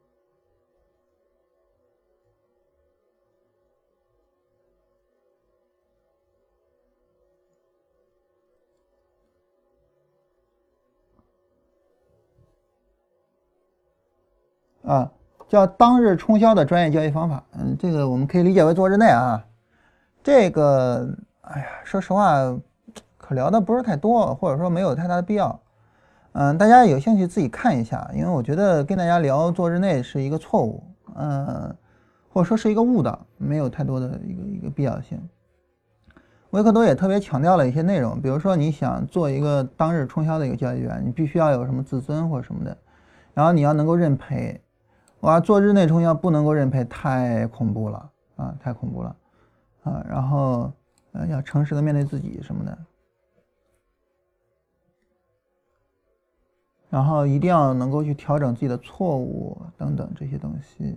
啊，叫当日冲销的专业交易方法。嗯，这个我们可以理解为做日内啊。这个，哎呀，说实话，可聊的不是太多，或者说没有太大的必要。嗯，大家有兴趣自己看一下，因为我觉得跟大家聊做日内是一个错误，嗯，或者说是一个误导，没有太多的一个一个必要性。维克多也特别强调了一些内容，比如说你想做一个当日冲销的一个交易员，你必须要有什么自尊或者什么的，然后你要能够认赔。哇，做日内冲销不能够认赔，太恐怖了啊，太恐怖了啊！然后呃，要诚实的面对自己什么的，然后一定要能够去调整自己的错误等等这些东西。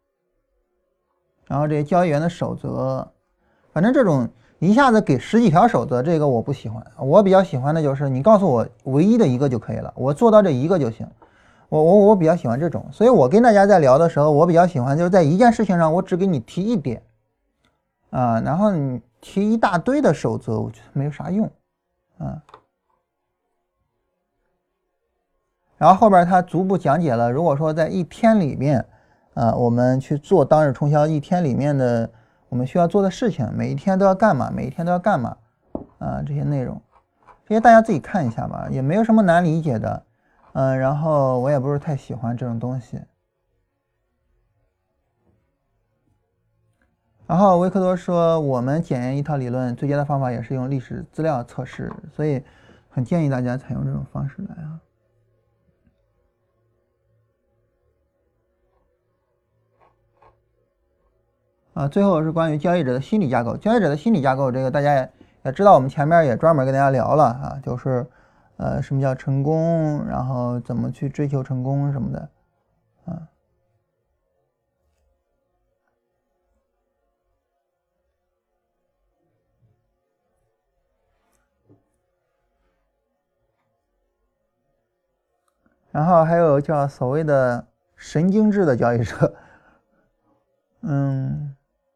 然后这些交易员的守则，反正这种一下子给十几条守则，这个我不喜欢。我比较喜欢的就是你告诉我唯一的一个就可以了，我做到这一个就行。我我我比较喜欢这种，所以我跟大家在聊的时候，我比较喜欢就是在一件事情上，我只给你提一点，啊，然后你提一大堆的守则，我觉得没有啥用，啊。然后后边他逐步讲解了，如果说在一天里面，啊，我们去做当日冲销，一天里面的我们需要做的事情，每一天都要干嘛，每一天都要干嘛，啊，这些内容，这些大家自己看一下吧，也没有什么难理解的。嗯，然后我也不是太喜欢这种东西。然后维克多说，我们检验一套理论最佳的方法也是用历史资料测试，所以很建议大家采用这种方式来啊。 啊，最后是关于交易者的心理架构。交易者的心理架构，这个大家也也知道，我们前面也专门跟大家聊了啊，就是呃什么叫成功，然后怎么去追求成功什么的啊。然后还有叫所谓的神经质的交易者，嗯。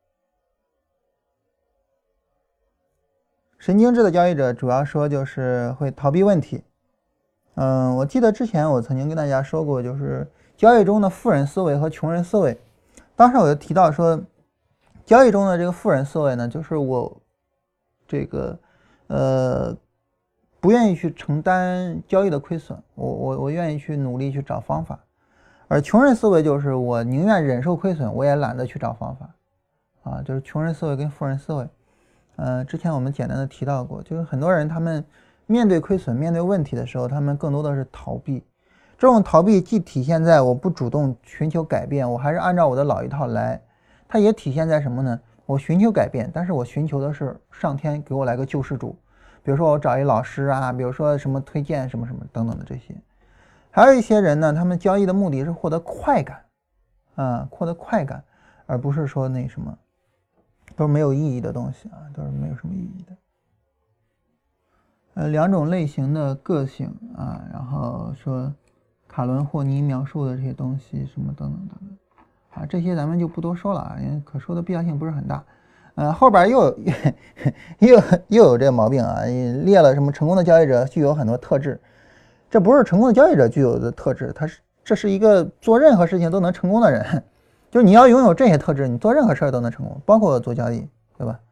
神经质的交易者主要说就是会逃避问题。嗯，我记得之前我曾经跟大家说过，就是交易中的富人思维和穷人思维。当时我就提到说，交易中的这个富人思维呢，就是我这个呃不愿意去承担交易的亏损，我我我愿意去努力去找方法。而穷人思维就是我宁愿忍受亏损，我也懒得去找方法啊，就是穷人思维跟富人思维。呃，之前我们简单的提到过，就是很多人他们面对亏损、面对问题的时候，他们更多的是逃避。这种逃避既体现在我不主动寻求改变，我还是按照我的老一套来，它也体现在什么呢？我寻求改变，但是我寻求的是上天给我来个救世主，比如说我找一老师啊，比如说什么推荐什么什么等等的这些。还有一些人呢，他们交易的目的是获得快感，啊，获得快感，而不是说那什么。都是没有意义的东西啊，都是没有什么意义的。呃，两种类型的个性啊，然后说卡伦霍尼描述的这些东西什么等等等等啊，这些咱们就不多说了啊，因为可说的必要性不是很大。呃，后边又又又有这个毛病啊，列了什么成功的交易者具有很多特质，这不是成功的交易者具有的特质，它是这是一个做任何事情都能成功的人。就是你要拥有这些特质，你做任何事儿都能成功，包括做交易，对吧？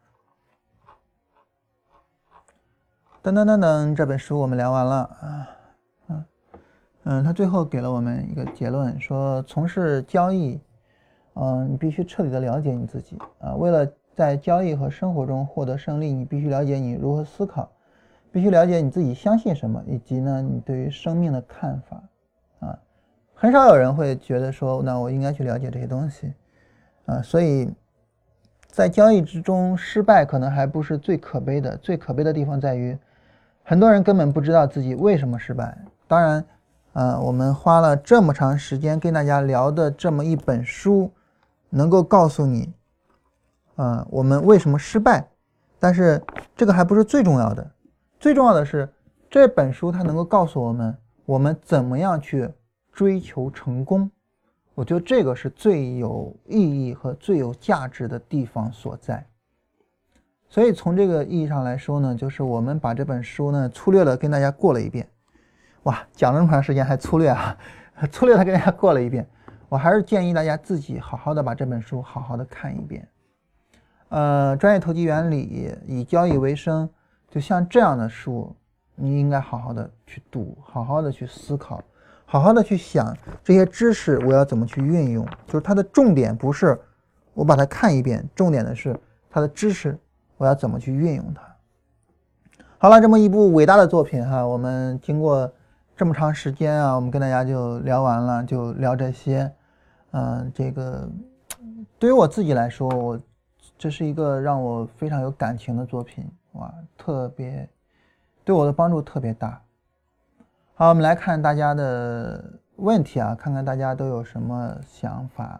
噔噔噔噔，这本书我们聊完了啊，嗯嗯，他最后给了我们一个结论，说从事交易，嗯，你必须彻底的了解你自己啊，为了在交易和生活中获得胜利，你必须了解你如何思考，必须了解你自己相信什么，以及呢你对于生命的看法啊。很少有人会觉得说，那我应该去了解这些东西啊，所以在交易之中失败可能还不是最可悲的，最可悲的地方在于很多人根本不知道自己为什么失败。当然呃，我们花了这么长时间跟大家聊的这么一本书能够告诉你呃，我们为什么失败，但是这个还不是最重要的，最重要的是这本书它能够告诉我们我们怎么样去追求成功。我觉得这个是最有意义和最有价值的地方所在。所以从这个意义上来说呢，就是我们把这本书呢粗略的跟大家过了一遍。哇，讲了这么长时间还粗略啊，粗略的跟大家过了一遍。我还是建议大家自己好好的把这本书好好的看一遍。呃，专业投机原理，以交易为生，就像这样的书，你应该好好的去读，好好的去思考，好好的去想这些知识我要怎么去运用。就是它的重点不是我把它看一遍，重点的是它的知识我要怎么去运用它。好了，这么一部伟大的作品哈，我们经过这么长时间啊，我们跟大家就聊完了，就聊这些。嗯、呃，这个对于我自己来说，我这是一个让我非常有感情的作品，哇，特别对我的帮助特别大。好，我们来看大家的问题啊，看看大家都有什么想法。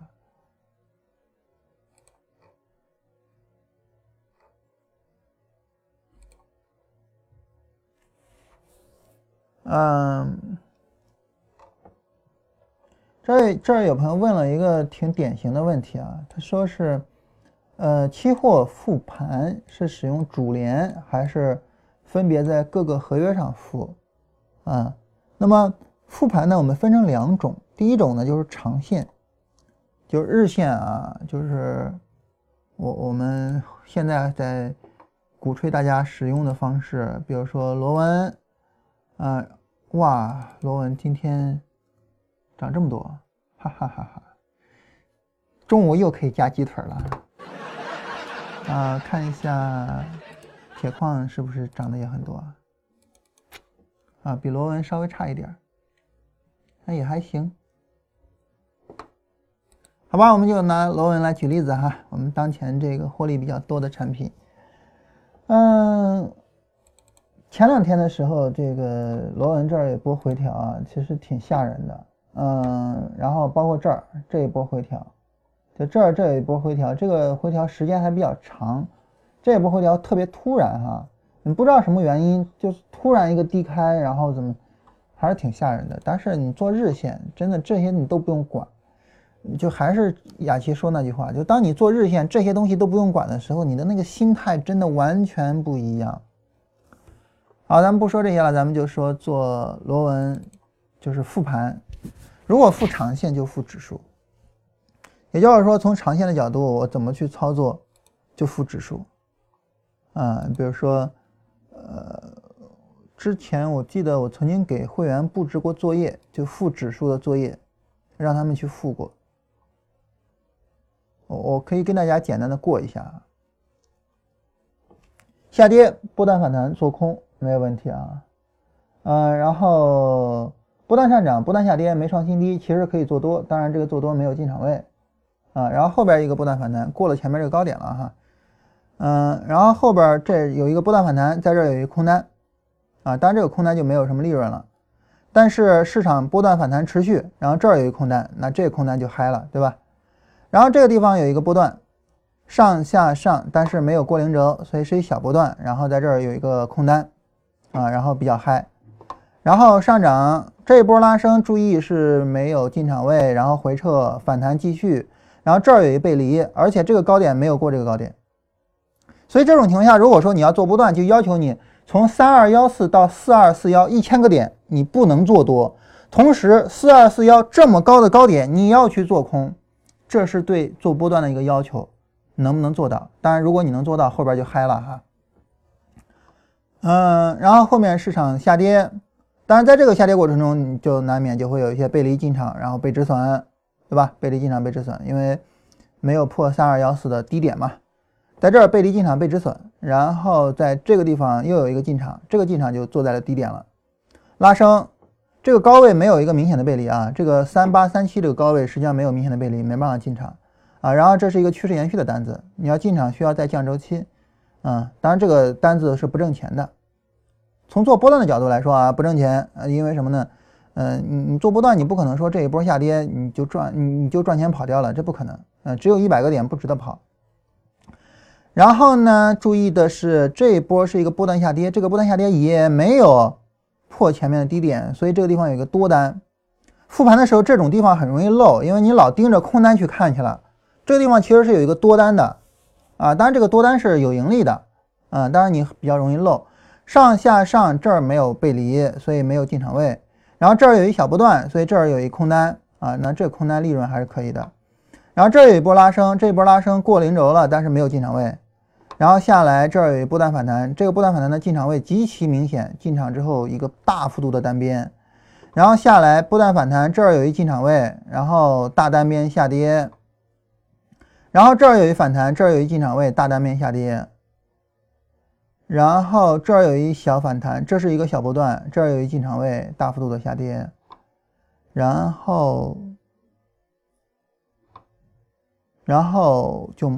嗯，这这儿有朋友问了一个挺典型的问题啊，他说是，呃，期货复盘是使用主联还是分别在各个合约上复啊？那么复盘呢，我们分成两种，第一种呢就是长线，就是日线啊，就是我我们现在在鼓吹大家使用的方式，比如说螺纹，啊，哇，螺纹今天涨这么多，哈哈哈哈！中午又可以加鸡腿了。啊，看一下铁矿是不是涨得也很多啊？啊，比螺纹稍微差一点，那也还行。 好吧，我们就拿螺纹来举例子哈，我们当前这个获利比较多的产品。嗯，前两天的时候，这个螺纹这儿有一波回调啊，其实挺吓人的。嗯，然后包括这儿这一波回调，就这儿这一波回调，这个回调时间还比较长，这一波回调特别突然哈，你不知道什么原因，就是突然一个低开，然后怎么，还是挺吓人的。但是你做日线，真的这些你都不用管，就还是雅琪说那句话，就当你做日线这些东西都不用管的时候，你的那个心态真的完全不一样。好，咱们不说这些了，咱们就说做螺纹，就是复盘。如果复长线就复指数，也就是说从长线的角度我怎么去操作就复指数啊、嗯。比如说呃，之前我记得我曾经给会员布置过作业，就复指数的作业，让他们去复过。我我可以跟大家简单的过一下啊。下跌波段反弹做空没有问题啊，嗯，然后波段上涨波段下跌没创新低，其实可以做多，当然这个做多没有进场位啊。然后后边一个波段反弹过了前面这个高点了哈，嗯，然后后边这有一个波段反弹，在这有一个空单啊，当然这个空单就没有什么利润了，但是市场波段反弹持续，然后这儿有一个空单，那这个空单就嗨了，对吧？然后这个地方有一个波段上下上，但是没有过零轴，所以是一小波段，然后在这儿有一个空单啊，然后比较嗨，然后上涨这一波拉升，注意是没有进场位，然后回撤反弹继续，然后这儿有一背离，而且这个高点没有过这个高点，所以这种情况下，如果说你要做波段，就要求你从三二一四到四二四一一千个点你不能做多，同时四二四一这么高的高点你要去做空，这是对做波段的一个要求，能不能做到？当然如果你能做到，后边就嗨了哈。嗯，然后后面市场下跌，当然在这个下跌过程中你就难免就会有一些背离进场，然后被止损，对吧？背离进场被止损，因为没有破三二一四的低点嘛，在这儿背离进场被止损，然后在这个地方又有一个进场，这个进场就做在了低点了，拉升，这个高位没有一个明显的背离啊，这个三八三七这个高位实际上没有明显的背离，没办法进场啊。然后这是一个趋势延续的单子，你要进场需要再降周期啊，当然这个单子是不挣钱的。从做波段的角度来说啊，不挣钱，呃，因为什么呢？呃，你你做波段你不可能说这一波下跌你就赚你你就赚钱跑掉了，这不可能，呃，只有一百个点不值得跑。然后呢，注意的是这一波是一个波段下跌，这个波段下跌也没有破前面的低点，所以这个地方有一个多单。复盘的时候这种地方很容易漏，因为你老盯着空单去看去了，这个地方其实是有一个多单的啊，当然这个多单是有盈利的啊，当然你比较容易漏。上下上这儿没有背离，所以没有进场位，然后这儿有一小波段，所以这儿有一空单啊，那这空单利润还是可以的。然后这儿有一波拉升，这一波拉升过零轴了，但是没有进场位，然后下来这儿有一波段反弹，这个波段反弹的进场位极其明显，进场之后一个大幅度的单边，然后下来波段反弹，这儿有一进场位，然后大单边下跌，然后这儿有一反弹，这儿有一进场位，大单边下跌，然后这儿有一小反弹，这是一个小波段，这儿有一进场位，大幅度的下跌，然后然后就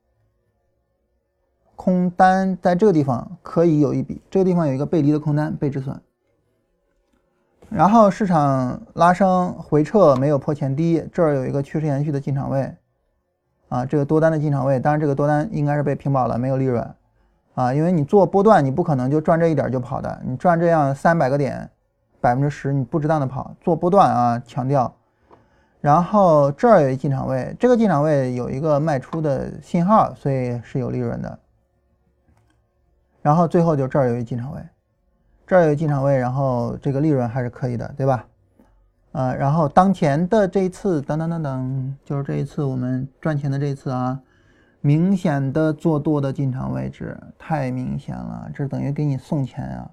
空单在这个地方可以有一笔，这个地方有一个背离的空单被止损，然后市场拉升回撤没有破前低，这儿有一个趋势延续的进场位啊，这个多单的进场位，当然这个多单应该是被平保了，没有利润啊，因为你做波段你不可能就赚这一点就跑的，你赚这样三百个点百分之十你不值当的跑，做波段啊强调。然后这儿有一进场位，这个进场位有一个卖出的信号，所以是有利润的。然后最后就这儿有一进场位，这儿有一进场位，然后这个利润还是可以的，对吧？呃，然后当前的这一次等等等等，就是这一次我们赚钱的这一次啊，明显的做多的进场位置太明显了，这等于给你送钱啊。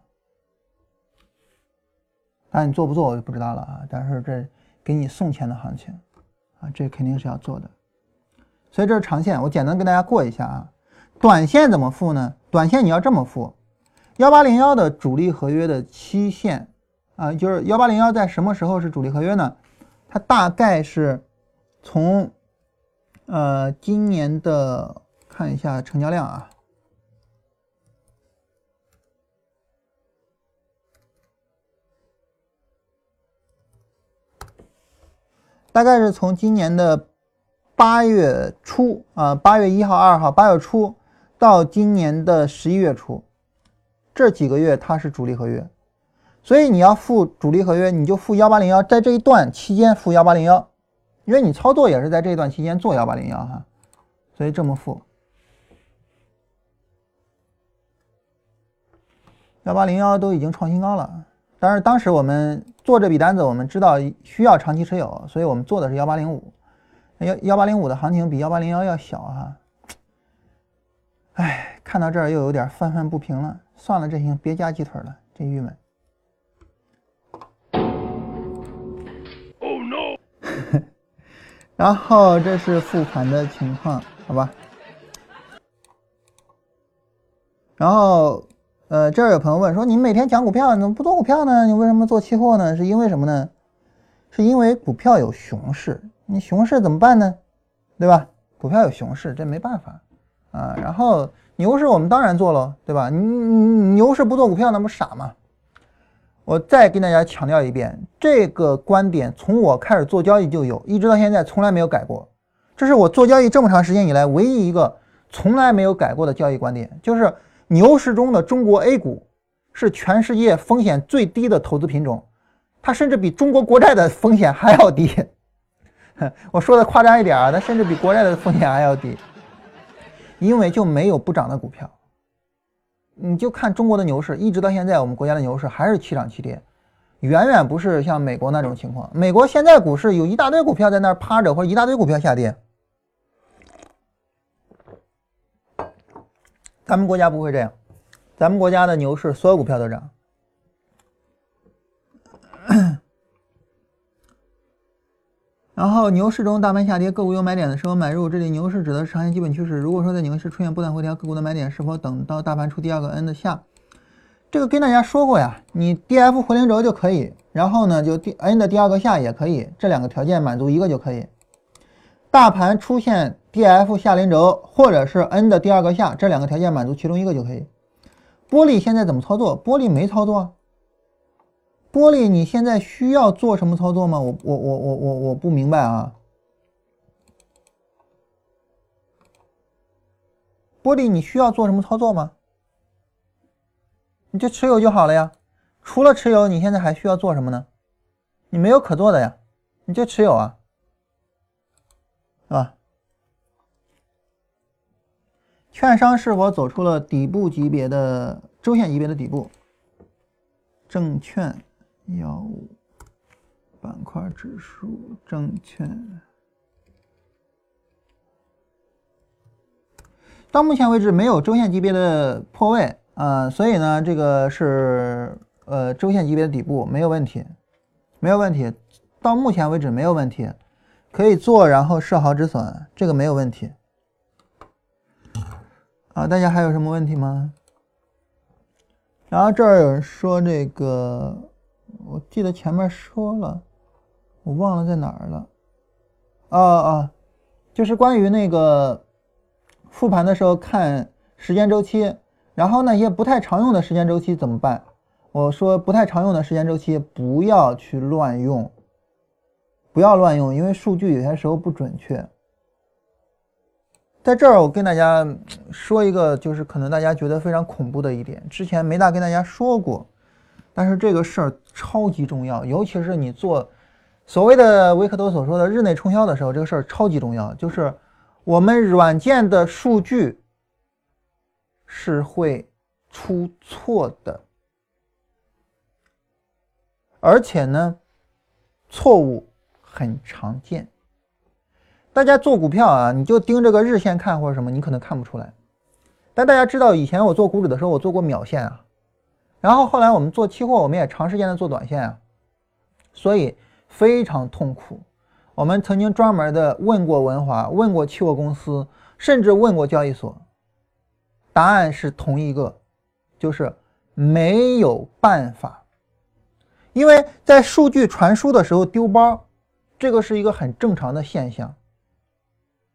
当然你做不做我就不知道了啊，但是这给你送钱的行情啊，这肯定是要做的。所以这是长线，我简单跟大家过一下啊。短线怎么付呢？短线你要这么付，一八零一的主力合约的期限啊，就是一八零一在什么时候是主力合约呢？它大概是从呃，今年的看一下成交量啊，大概是从今年的八月初啊，八月一号、二号，八月初到今年的十一月初，这几个月它是主力合约，所以你要付主力合约，你就付一八零一，在这一段期间付一八零一，因为你操作也是在这一段期间做一八零一哈，所以这么付。一八零一都已经创新高了，但是当时我们做这笔单子，我们知道需要长期持有，所以我们做的是一八零五。一八零五的行情比一八零一要小哈，哎，看到这儿又有点愤愤不平了，算了，这行别加鸡腿了，真郁闷。Oh no！ 然后这是复盘的情况，好吧？然后呃，这儿有朋友问说，你每天讲股票，你怎么不做股票呢？你为什么做期货呢？是因为什么呢？是因为股票有熊市，你熊市怎么办呢？对吧？股票有熊市，这没办法啊。然后牛市我们当然做了，对吧？你你牛市不做股票，那不傻吗？我再跟大家强调一遍，这个观点从我开始做交易就有，一直到现在从来没有改过。这是我做交易这么长时间以来唯一一个从来没有改过的交易观点，就是牛市中的中国 A 股是全世界风险最低的投资品种，它甚至比中国国债的风险还要低。我说的夸张一点啊，它甚至比国债的风险还要低，因为就没有不涨的股票。你就看中国的牛市，一直到现在我们国家的牛市还是齐涨齐跌，远远不是像美国那种情况。美国现在股市有一大堆股票在那儿趴着，或者一大堆股票下跌，咱们国家不会这样，咱们国家的牛市所有股票都涨。然后牛市中大盘下跌，个股有买点的时候买入，这里牛市指的是长线基本趋势。如果说在牛市出现波段回调，个股的买点是否等到大盘出第二个 N 的下？这个跟大家说过呀，你 D F 回零轴就可以，然后呢就 N 的第二个下也可以，这两个条件满足一个就可以。大盘出现 D F 下零轴或者是 N 的第二个下，这两个条件满足其中一个就可以。玻璃现在怎么操作？玻璃没操作啊。玻璃你现在需要做什么操作吗？我我我我我我不明白啊。玻璃你需要做什么操作吗？你就持有就好了呀。除了持有，你现在还需要做什么呢？你没有可做的呀，你就持有啊，是吧？券商是否走出了底部级别的周线级别的底部？证券幺五板块指数，证券到目前为止没有周线级别的破位啊、呃，所以呢，这个是呃周线级别的底部，没有问题，没有问题，到目前为止没有问题，可以做，然后设好止损，这个没有问题。啊，大家还有什么问题吗？然后这儿有人说这个，我记得前面说了，我忘了在哪儿了。啊啊，就是关于那个复盘的时候看时间周期，然后呢一些不太常用的时间周期怎么办？我说不太常用的时间周期不要去乱用，不要乱用，因为数据有些时候不准确。在这儿我跟大家说一个，就是可能大家觉得非常恐怖的一点，之前没大跟大家说过，但是这个事儿超级重要，尤其是你做所谓的维克多所说的日内冲销的时候，这个事儿超级重要，就是我们软件的数据是会出错的，而且呢错误很常见。大家做股票啊，你就盯这个日线看或者什么，你可能看不出来。但大家知道以前我做股指的时候，我做过秒线啊，然后后来我们做期货，我们也长时间的做短线啊，所以非常痛苦。我们曾经专门的问过文华，问过期货公司，甚至问过交易所，答案是同一个，就是没有办法。因为在数据传输的时候丢包，这个是一个很正常的现象。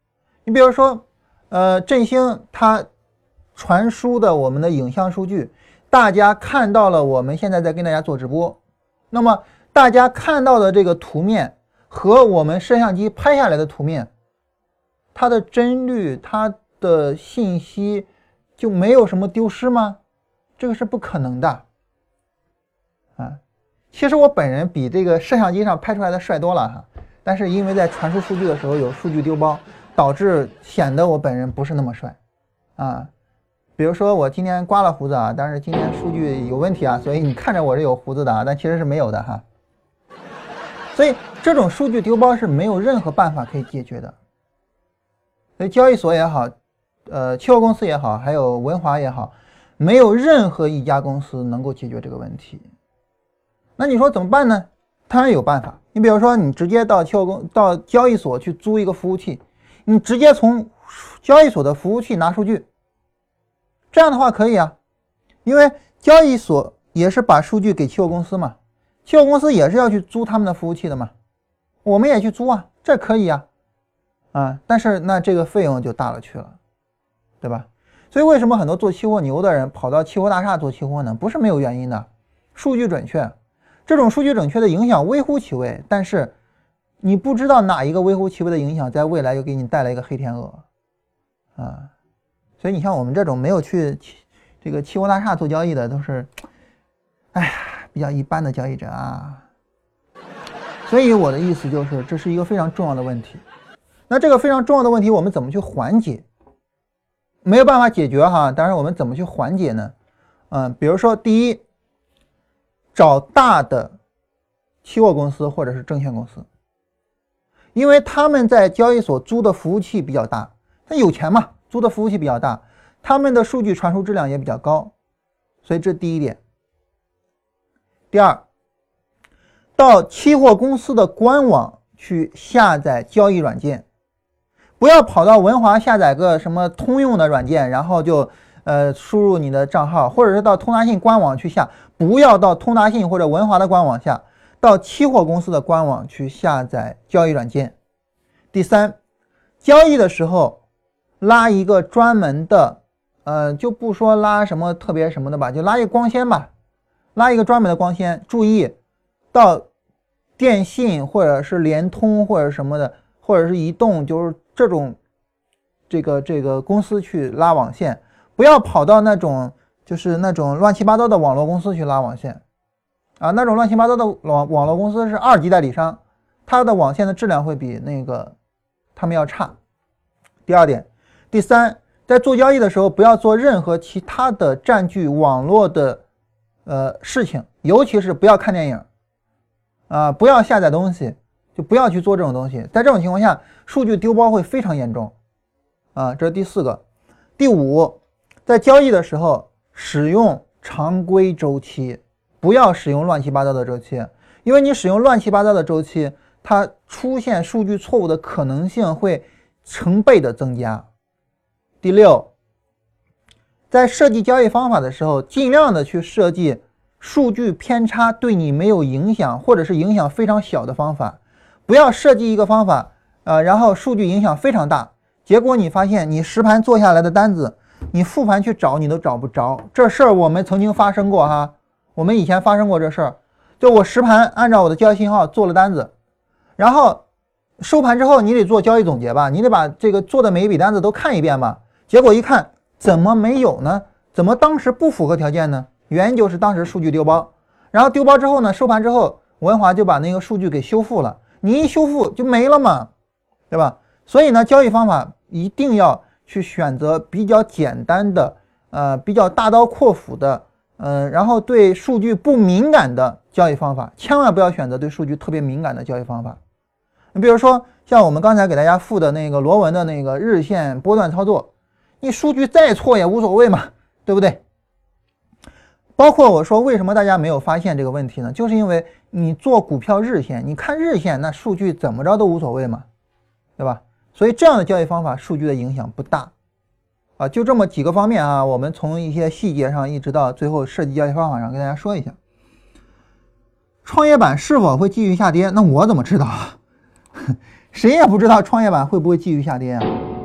你比如说，呃，振兴它传输的我们的影像数据，大家看到了，我们现在在跟大家做直播，那么大家看到的这个图面和我们摄像机拍下来的图面，它的帧率、它的信息就没有什么丢失吗？这个是不可能的啊。其实我本人比这个摄像机上拍出来的帅多了哈，但是因为在传输数据的时候有数据丢包，导致显得我本人不是那么帅啊。比如说我今天刮了胡子啊，但是今天数据有问题啊，所以你看着我是有胡子的啊，但其实是没有的哈。所以这种数据丢包是没有任何办法可以解决的。所以交易所也好，呃，期货公司也好，还有文华也好，没有任何一家公司能够解决这个问题。那你说怎么办呢？当然有办法。你比如说，你直接到期货公到交易所去租一个服务器，你直接从交易所的服务器拿数据，这样的话可以啊，因为交易所也是把数据给期货公司嘛，期货公司也是要去租他们的服务器的嘛，我们也去租啊，这可以啊，啊，但是那这个费用就大了去了，对吧？所以为什么很多做期货牛的人跑到期货大厦做期货呢？不是没有原因的，数据准确。这种数据准确的影响微乎其微，但是你不知道哪一个微乎其微的影响在未来又给你带来一个黑天鹅啊！所以你像我们这种没有去这个期货大厦做交易的，都是哎呀比较一般的交易者啊。所以我的意思就是，这是一个非常重要的问题。那这个非常重要的问题，我们怎么去缓解？没有办法解决哈，但是我们怎么去缓解呢？嗯，比如说第一，找大的期货公司或者是证券公司，因为他们在交易所租的服务器比较大，他有钱嘛，租的服务器比较大，他们的数据传输质量也比较高，所以这第一点。第二，到期货公司的官网去下载交易软件，不要跑到文华下载个什么通用的软件，然后就呃输入你的账号，或者是到通达信官网去下，不要到通达信或者文华的官网下，到期货公司的官网去下载交易软件。第三，交易的时候拉一个专门的呃就不说拉什么特别什么的吧，就拉一个光纤吧，拉一个专门的光纤，注意到电信或者是联通或者什么的，或者是移动，就是这种这个这个公司去拉网线，不要跑到那种就是那种乱七八糟的网络公司去拉网线啊，那种乱七八糟的网网络公司是二级代理商，它的网线的质量会比那个他们要差。第二点，第三，在做交易的时候不要做任何其他的占据网络的呃事情，尤其是不要看电影啊，不要下载东西，就不要去做这种东西。在这种情况下，数据丢包会非常严重啊，这是第四个。第五，在交易的时候使用常规周期，不要使用乱七八糟的周期，因为你使用乱七八糟的周期，它出现数据错误的可能性会成倍的增加。第六，在设计交易方法的时候，尽量的去设计数据偏差对你没有影响，或者是影响非常小的方法，不要设计一个方法，呃，然后数据影响非常大，结果你发现你实盘做下来的单子，你复盘去找你都找不着。这事儿我们曾经发生过哈，我们以前发生过这事儿，就我实盘按照我的交易信号做了单子，然后收盘之后你得做交易总结吧，你得把这个做的每一笔单子都看一遍吧，结果一看怎么没有呢？怎么当时不符合条件呢？原因就是当时数据丢包，然后丢包之后呢，收盘之后文华就把那个数据给修复了，你一修复就没了嘛，对吧？所以呢，交易方法一定要去选择比较简单的呃比较大刀阔斧的呃然后对数据不敏感的交易方法，千万不要选择对数据特别敏感的交易方法。你比如说像我们刚才给大家附的那个罗文的那个日线波段操作，你数据再错也无所谓嘛，对不对？包括我说为什么大家没有发现这个问题呢？就是因为你做股票日线，你看日线那数据怎么着都无所谓嘛，对吧？所以这样的交易方法数据的影响不大啊，就这么几个方面啊，我们从一些细节上一直到最后设计交易方法上跟大家说一下。创业板是否会继续下跌？那我怎么知道啊？谁也不知道创业板会不会继续下跌啊？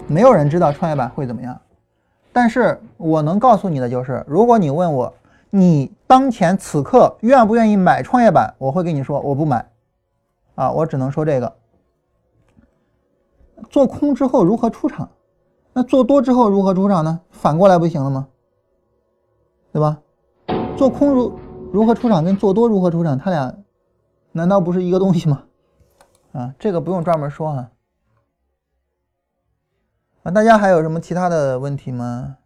没有人知道创业板会怎么样。但是我能告诉你的就是，如果你问我你当前此刻愿不愿意买创业板，我会跟你说我不买啊，我只能说这个。做空之后如何出场？那做多之后如何出场呢？反过来不行了吗？对吧？做空如如何出场跟做多如何出场，它俩难道不是一个东西吗？啊，这个不用专门说哈。啊，大家还有什么其他的问题吗？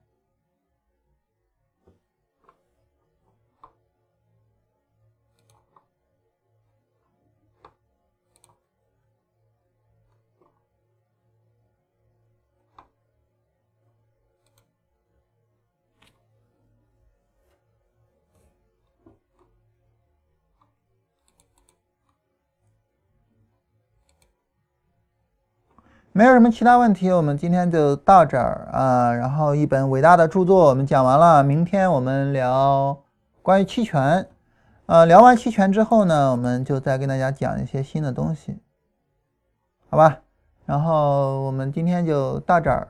没有什么其他问题，我们今天就到这儿啊。然后一本伟大的著作我们讲完了，明天我们聊关于期权，呃，聊完期权之后呢，我们就再跟大家讲一些新的东西，好吧？然后我们今天就到这儿。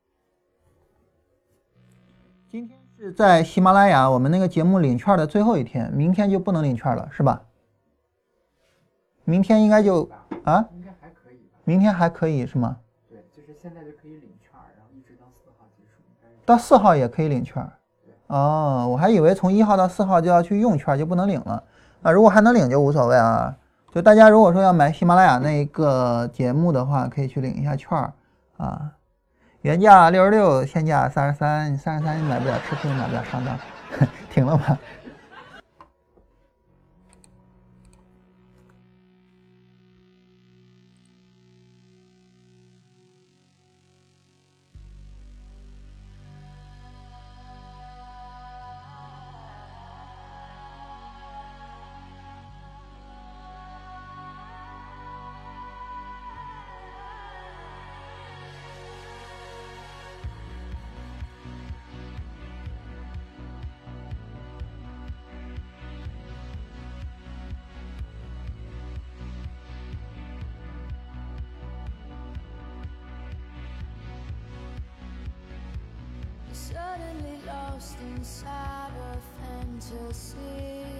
今天是在喜马拉雅我们那个节目领券的最后一天，明天就不能领券了，是吧？明天应该就啊？明天还可以是吗？ 对，就是现在就可以领券，然后一直到四号结束。 到四号也可以领券。哦，我还以为从一号到四号就要去用券，就不能领了。啊，如果还能领就无所谓啊。就大家如果说要买喜马拉雅那个节目的话，可以去领一下券啊。原价六十六，现价三十三，三十三你买不了吃亏，买不了上当，停了吧。 Suddenly lost inside a fantasy.